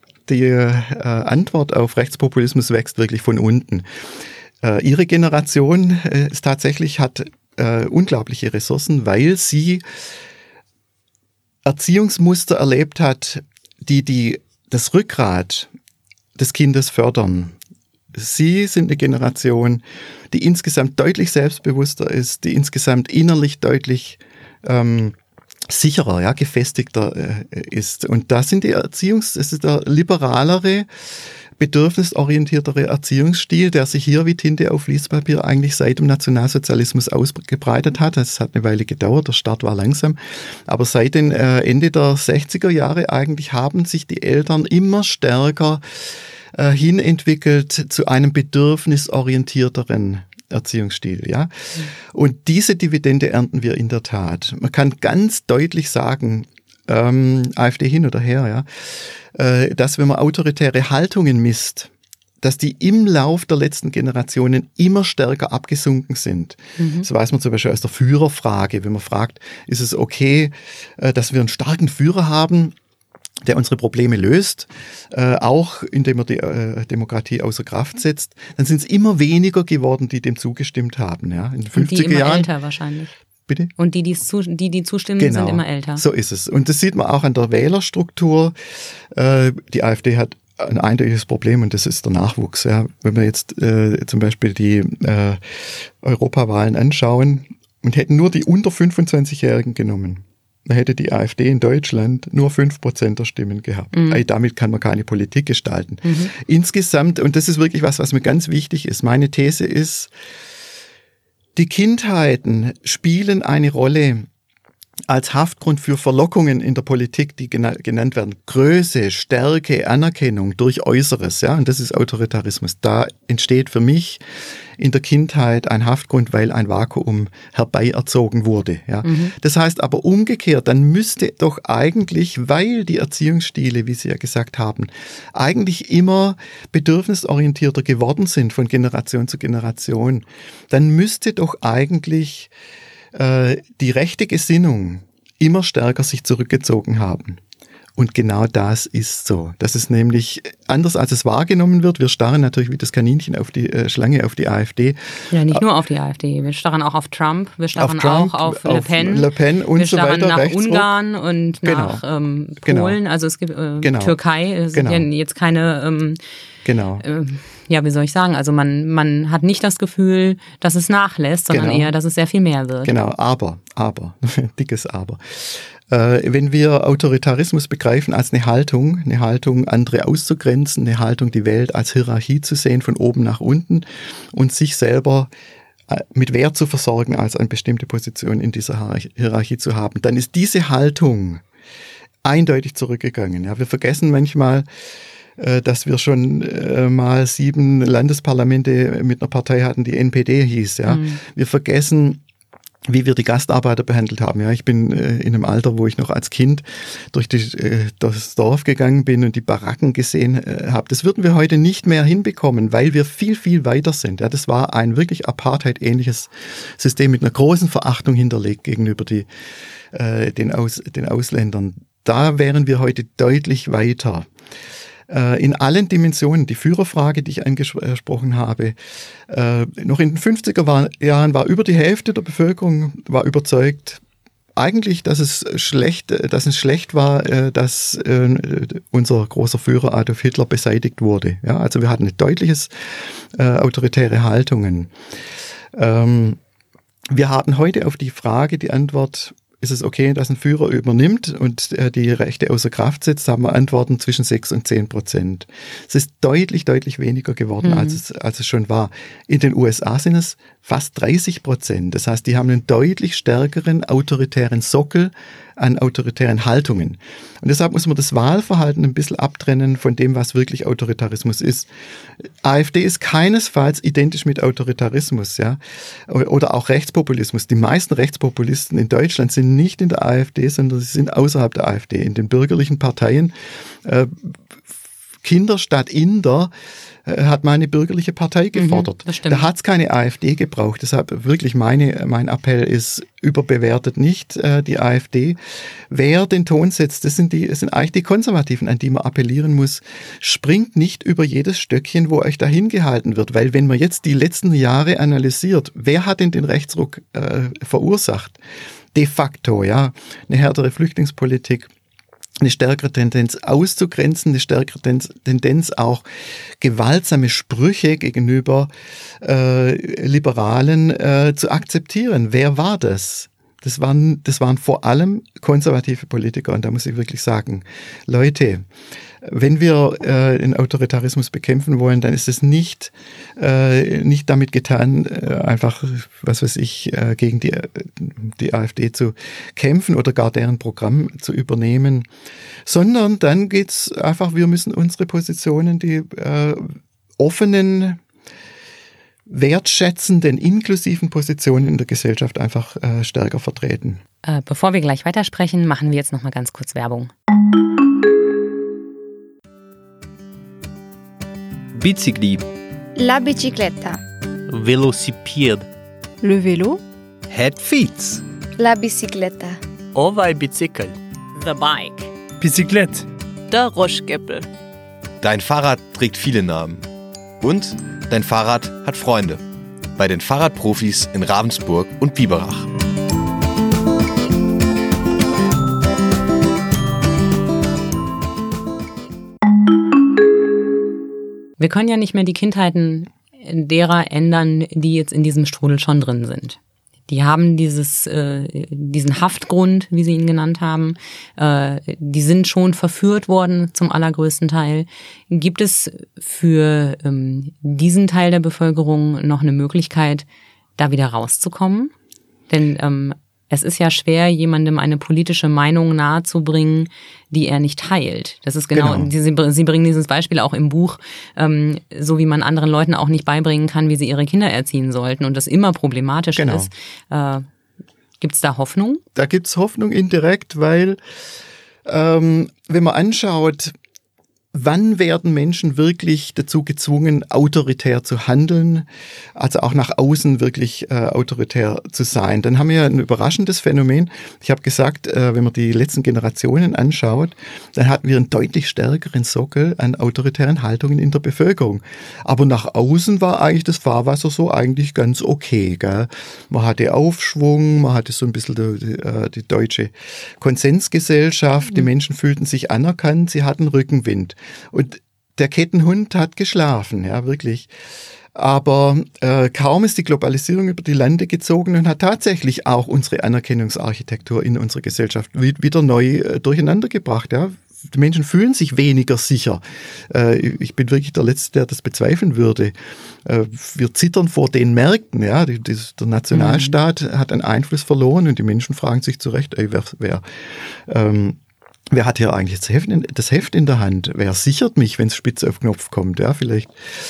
Antwort auf Rechtspopulismus wächst wirklich von unten. Ihre Generation hat unglaubliche Ressourcen, weil sie Erziehungsmuster erlebt hat, die das Rückgrat des Kindes fördern. Sie sind eine Generation, die insgesamt deutlich selbstbewusster ist, die insgesamt innerlich deutlich sicherer, gefestigter ist. Und da sind es ist der liberalere, bedürfnisorientiertere Erziehungsstil, der sich hier wie Tinte auf Fließpapier eigentlich seit dem Nationalsozialismus ausgebreitet hat. Das hat eine Weile gedauert, der Start war langsam. Aber seit den Ende der 60er Jahre eigentlich haben sich die Eltern immer stärker hinentwickelt zu einem bedürfnisorientierteren Erziehungsstil, ja. Und diese Dividende ernten wir in der Tat. Man kann ganz deutlich sagen, AfD hin oder her, dass wenn man autoritäre Haltungen misst, dass die im Lauf der letzten Generationen immer stärker abgesunken sind. Das weiß man zum Beispiel aus der Führerfrage. Wenn man fragt, ist es okay, dass wir einen starken Führer haben, der unsere Probleme löst, auch indem er die Demokratie außer Kraft setzt, dann sind es immer weniger geworden, die dem zugestimmt haben. Ja. In den 50er Und die immer Jahren, älter wahrscheinlich. Bitte? Und die zustimmen, genau, sind immer älter. So ist es. Und das sieht man auch an der Wählerstruktur. Die AfD hat ein eindeutiges Problem und das ist der Nachwuchs. Ja. Wenn wir jetzt zum Beispiel die Europawahlen anschauen und hätten nur die unter 25-Jährigen genommen, dann hätte die AfD in Deutschland nur 5% der Stimmen gehabt. Damit kann man keine Politik gestalten. Insgesamt, und das ist wirklich was mir ganz wichtig ist, meine These ist, die Kindheiten spielen eine Rolle als Haftgrund für Verlockungen in der Politik, die genannt werden. Größe, Stärke, Anerkennung durch Äußeres, ja, und das ist Autoritarismus. Da entsteht für mich in der Kindheit ein Haftgrund, weil ein Vakuum herbeierzogen wurde, ja. Das heißt aber umgekehrt, dann müsste doch eigentlich, weil die Erziehungsstile, wie Sie ja gesagt haben, eigentlich immer bedürfnisorientierter geworden sind von Generation zu Generation, dann müsste doch eigentlich die rechte Gesinnung immer stärker sich zurückgezogen haben. Und genau das ist so. Das ist nämlich anders, als es wahrgenommen wird. Wir starren natürlich wie das Kaninchen auf die Schlange, auf die AfD. Ja, nicht nur auf die AfD. Wir starren auch auf Trump. Wir starren auch auf Le Pen. Le Pen und wir so weiter. Wir starren nach Ungarn und nach Polen. Also es gibt Türkei. Es sind ja jetzt keine... wie soll ich sagen? Also man hat nicht das Gefühl, dass es nachlässt, sondern eher, dass es sehr viel mehr wird. Genau, aber, dickes Aber. Wenn wir Autoritarismus begreifen als eine Haltung, andere auszugrenzen, eine Haltung, die Welt als Hierarchie zu sehen, von oben nach unten und sich selber mit Wert zu versorgen, als eine bestimmte Position in dieser Hierarchie zu haben, dann ist diese Haltung eindeutig zurückgegangen. Ja, wir vergessen manchmal, dass wir schon mal 7 Landesparlamente mit einer Partei hatten, die NPD hieß. Ja. Wir vergessen, wie wir die Gastarbeiter behandelt haben. Ja, ich bin in einem Alter, wo ich noch als Kind durch das Dorf gegangen bin und die Baracken gesehen habe. Das würden wir heute nicht mehr hinbekommen, weil wir viel, viel weiter sind. Ja, das war ein wirklich Apartheid-ähnliches System mit einer großen Verachtung hinterlegt gegenüber den Ausländern. Da wären wir heute deutlich weiter. In allen Dimensionen, die Führerfrage, die ich angesprochen habe, noch in den 50er Jahren war über die Hälfte der Bevölkerung war überzeugt, eigentlich, dass es schlecht war, dass unser großer Führer Adolf Hitler beseitigt wurde. Ja, also wir hatten deutliches autoritäre Haltungen. Wir haben heute auf die Frage die Antwort, ist es okay, dass ein Führer übernimmt und die Rechte außer Kraft setzt, haben wir Antworten zwischen 6 und 10%. Es ist deutlich, deutlich weniger geworden, als es schon war. In den USA sind es fast 30%. Das heißt, die haben einen deutlich stärkeren autoritären Sockel an autoritären Haltungen. Und deshalb muss man das Wahlverhalten ein bisschen abtrennen von dem, was wirklich Autoritarismus ist. AfD ist keinesfalls identisch mit Autoritarismus, ja, oder auch Rechtspopulismus. Die meisten Rechtspopulisten in Deutschland sind nicht in der AfD, sondern sie sind außerhalb der AfD. In den bürgerlichen Parteien, Kinder statt Inder, hat meine bürgerliche Partei gefordert. Da hat es keine AfD gebraucht. Deshalb wirklich mein Appell ist, überbewertet nicht die AfD. Wer den Ton setzt, das sind eigentlich die Konservativen, an die man appellieren muss. Springt nicht über jedes Stöckchen, wo euch dahin gehalten wird. Weil wenn man jetzt die letzten Jahre analysiert, wer hat denn den Rechtsruck verursacht? De facto, ja, eine härtere Flüchtlingspolitik, eine stärkere Tendenz auszugrenzen, eine stärkere Tendenz auch gewaltsame Sprüche gegenüber Liberalen zu akzeptieren. Wer war das? Das waren vor allem konservative Politiker und da muss ich wirklich sagen, Leute, wenn wir den Autoritarismus bekämpfen wollen, dann ist es nicht damit getan, einfach, was weiß ich, gegen die AfD zu kämpfen oder gar deren Programm zu übernehmen, sondern dann geht's einfach, wir müssen unsere Positionen, die offenen, wertschätzenden, inklusiven Positionen in der Gesellschaft einfach stärker vertreten. Bevor wir gleich weitersprechen, machen wir jetzt noch mal ganz kurz Werbung. Bicicli. La bicicletta. Velocipede. Le vélo. Het fiets. La bicicletta. Ovaj bicycle. The Bike. Bicyclette. Der Roschgeppel. Dein Fahrrad trägt viele Namen. Und dein Fahrrad hat Freunde. Bei den Fahrradprofis in Ravensburg und Biberach. Wir können ja nicht mehr die Kindheiten derer ändern, die jetzt in diesem Strudel schon drin sind. Die haben diesen Haftgrund, wie Sie ihn genannt haben. Die sind schon verführt worden zum allergrößten Teil. Gibt es für diesen Teil der Bevölkerung noch eine Möglichkeit, da wieder rauszukommen? Denn es ist ja schwer, jemandem eine politische Meinung nahezubringen, die er nicht teilt. Das ist genau. Sie bringen dieses Beispiel auch im Buch, so wie man anderen Leuten auch nicht beibringen kann, wie sie ihre Kinder erziehen sollten und das immer problematisch ist. Gibt es da Hoffnung? Da gibt es Hoffnung indirekt, weil wenn man anschaut, wann werden Menschen wirklich dazu gezwungen, autoritär zu handeln, also auch nach außen wirklich autoritär zu sein? Dann haben wir ein überraschendes Phänomen. Ich habe gesagt, wenn man die letzten Generationen anschaut, dann hatten wir einen deutlich stärkeren Sockel an autoritären Haltungen in der Bevölkerung. Aber nach außen war eigentlich das Fahrwasser so eigentlich ganz okay. Gell? Man hatte Aufschwung, man hatte so ein bisschen die deutsche Konsensgesellschaft, die Menschen fühlten sich anerkannt, sie hatten Rückenwind. Und der Kettenhund hat geschlafen, ja, wirklich. Aber kaum ist die Globalisierung über die Lande gezogen und hat tatsächlich auch unsere Anerkennungsarchitektur in unserer Gesellschaft wieder neu durcheinander gebracht, ja. Die Menschen fühlen sich weniger sicher. Ich bin wirklich der Letzte, der das bezweifeln würde. Wir zittern vor den Märkten. Ja? Der Nationalstaat hat einen Einfluss verloren und die Menschen fragen sich zu Recht, wer wer hat hier eigentlich das Heft in der Hand? Wer sichert mich, wenn es spitz auf Knopf kommt? Ja, vielleicht.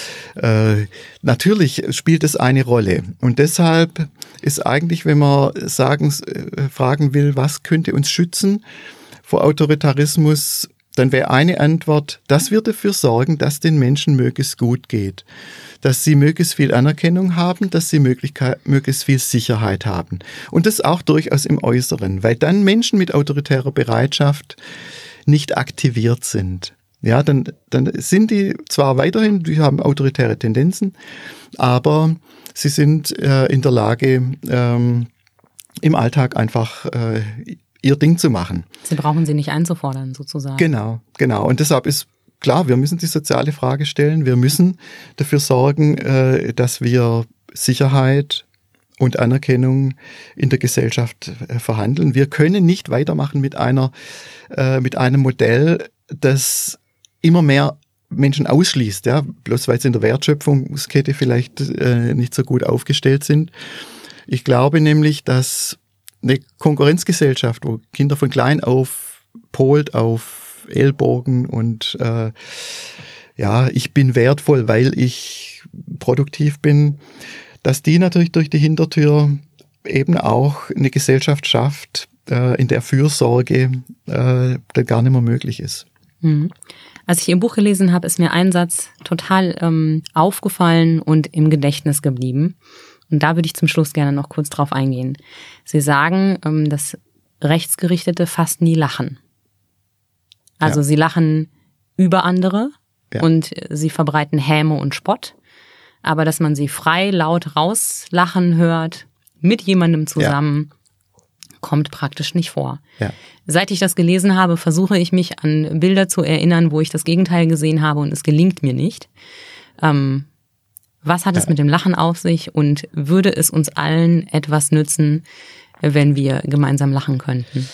Natürlich spielt es eine Rolle. Und deshalb ist eigentlich, wenn man fragen will, was könnte uns schützen vor Autoritarismus, dann wäre eine Antwort, dass wir dafür sorgen, dass den Menschen möglichst gut geht. Dass sie möglichst viel Anerkennung haben, dass sie möglichst viel Sicherheit haben. Und das auch durchaus im Äußeren, weil dann Menschen mit autoritärer Bereitschaft nicht aktiviert sind. Ja, dann sind die zwar weiterhin, die haben autoritäre Tendenzen, aber sie sind in der Lage, im Alltag einfach ihr Ding zu machen. Sie brauchen sie nicht einzufordern, sozusagen. Genau. Und deshalb ist klar, wir müssen die soziale Frage stellen. Wir müssen dafür sorgen, dass wir Sicherheit und Anerkennung in der Gesellschaft verhandeln. Wir können nicht weitermachen mit einem Modell, das immer mehr Menschen ausschließt, ja, bloß weil sie in der Wertschöpfungskette vielleicht nicht so gut aufgestellt sind. Ich glaube nämlich, dass eine Konkurrenzgesellschaft, wo Kinder von klein auf polt auf Ellbogen und ich bin wertvoll, weil ich produktiv bin, dass die natürlich durch die Hintertür eben auch eine Gesellschaft schafft, in der Fürsorge gar nicht mehr möglich ist. Mhm. Als ich Ihr Buch gelesen habe, ist mir ein Satz total aufgefallen und im Gedächtnis geblieben. Und da würde ich zum Schluss gerne noch kurz drauf eingehen. Sie sagen, dass Rechtsgerichtete fast nie lachen. Also sie lachen über andere und sie verbreiten Häme und Spott. Aber dass man sie frei laut rauslachen hört, mit jemandem zusammen, kommt praktisch nicht vor. Ja. Seit ich das gelesen habe, versuche ich mich an Bilder zu erinnern, wo ich das Gegenteil gesehen habe und es gelingt mir nicht. Was hat es mit dem Lachen auf sich und würde es uns allen etwas nützen, wenn wir gemeinsam lachen könnten?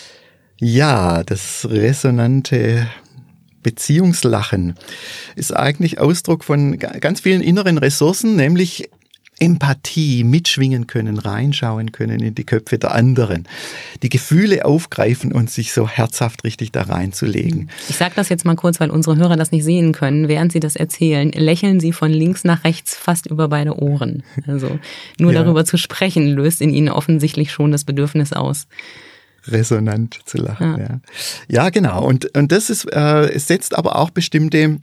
Ja, das resonante Beziehungslachen ist eigentlich Ausdruck von ganz vielen inneren Ressourcen, nämlich Empathie, mitschwingen können, reinschauen können in die Köpfe der anderen, die Gefühle aufgreifen und sich so herzhaft richtig da reinzulegen. Ich sage das jetzt mal kurz, weil unsere Hörer das nicht sehen können. Während Sie das erzählen, lächeln Sie von links nach rechts fast über beide Ohren. Also nur darüber zu sprechen, löst in Ihnen offensichtlich schon das Bedürfnis aus, resonant zu lachen. Ja, genau. Und das ist, es setzt aber auch bestimmte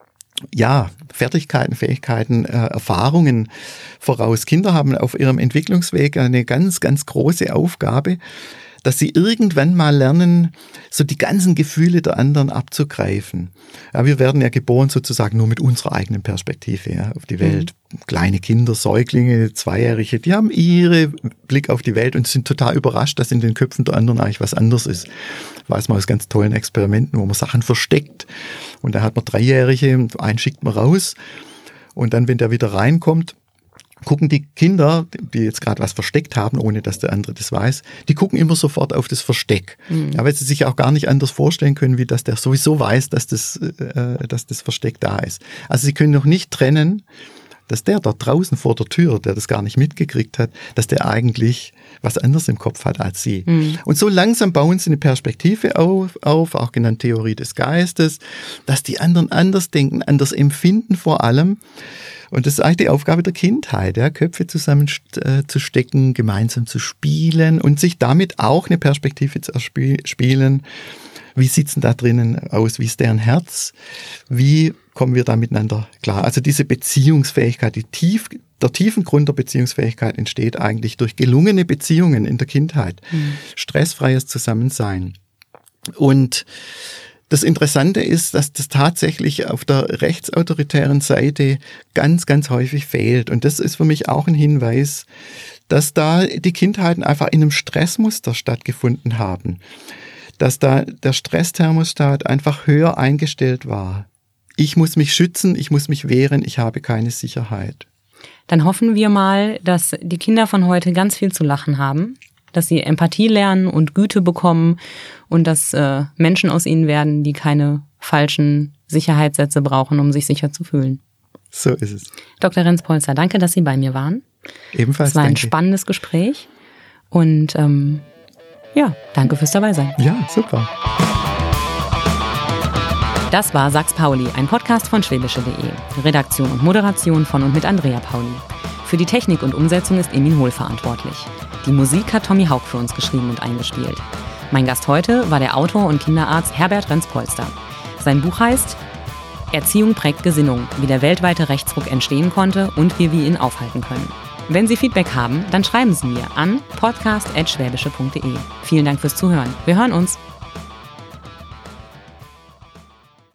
Fertigkeiten, Fähigkeiten, Erfahrungen voraus. Kinder haben auf ihrem Entwicklungsweg eine ganz, ganz große Aufgabe, dass sie irgendwann mal lernen, so die ganzen Gefühle der anderen abzugreifen. Ja, wir werden ja geboren sozusagen nur mit unserer eigenen Perspektive auf die Welt. Kleine Kinder, Säuglinge, Zweijährige, die haben ihren Blick auf die Welt und sind total überrascht, dass in den Köpfen der anderen eigentlich was anderes ist. Weiß man aus ganz tollen Experimenten, wo man Sachen versteckt. Und da hat man Dreijährige, einen schickt man raus. Und dann, wenn der wieder reinkommt, gucken die Kinder, die jetzt gerade was versteckt haben, ohne dass der andere das weiß, die gucken immer sofort auf das Versteck. Ja, weil sie sich auch gar nicht anders vorstellen können, wie dass der sowieso weiß, dass das Versteck da ist. Also sie können noch nicht trennen, dass der dort draußen vor der Tür, der das gar nicht mitgekriegt hat, dass der eigentlich was anderes im Kopf hat als sie. Und so langsam bauen sie eine Perspektive auf, auch genannt Theorie des Geistes, dass die anderen anders denken, anders empfinden vor allem. Und das ist eigentlich die Aufgabe der Kindheit, Köpfe zusammen zu stecken, gemeinsam zu spielen und sich damit auch eine Perspektive zu erspielen. Wie sieht's denn da drinnen aus? Wie ist deren Herz? Wie kommen wir da miteinander klar? Also diese Beziehungsfähigkeit, der tiefen Grund der Beziehungsfähigkeit entsteht eigentlich durch gelungene Beziehungen in der Kindheit. Stressfreies Zusammensein. Und das Interessante ist, dass das tatsächlich auf der rechtsautoritären Seite ganz, ganz häufig fehlt. Und das ist für mich auch ein Hinweis, dass da die Kindheiten einfach in einem Stressmuster stattgefunden haben. Dass da der Stressthermostat einfach höher eingestellt war. Ich muss mich schützen, ich muss mich wehren, ich habe keine Sicherheit. Dann hoffen wir mal, dass die Kinder von heute ganz viel zu lachen haben, dass sie Empathie lernen und Güte bekommen und dass Menschen aus ihnen werden, die keine falschen Sicherheitssätze brauchen, um sich sicher zu fühlen. So ist es. Dr. Renz-Polzer, danke, dass Sie bei mir waren. Ebenfalls. Es war ein spannendes Gespräch und danke fürs Dabeisein. Ja, super. Das war Sachs Pauli, ein Podcast von schwäbische.de. Redaktion und Moderation von und mit Andrea Pauli. Für die Technik und Umsetzung ist Emin Hohl verantwortlich. Die Musik hat Tommy Haug für uns geschrieben und eingespielt. Mein Gast heute war der Autor und Kinderarzt Herbert Renz-Polster. Sein Buch heißt Erziehung prägt Gesinnung, wie der weltweite Rechtsruck entstehen konnte und wie wir ihn aufhalten können. Wenn Sie Feedback haben, dann schreiben Sie mir an podcast@schwäbische.de. Vielen Dank fürs Zuhören. Wir hören uns.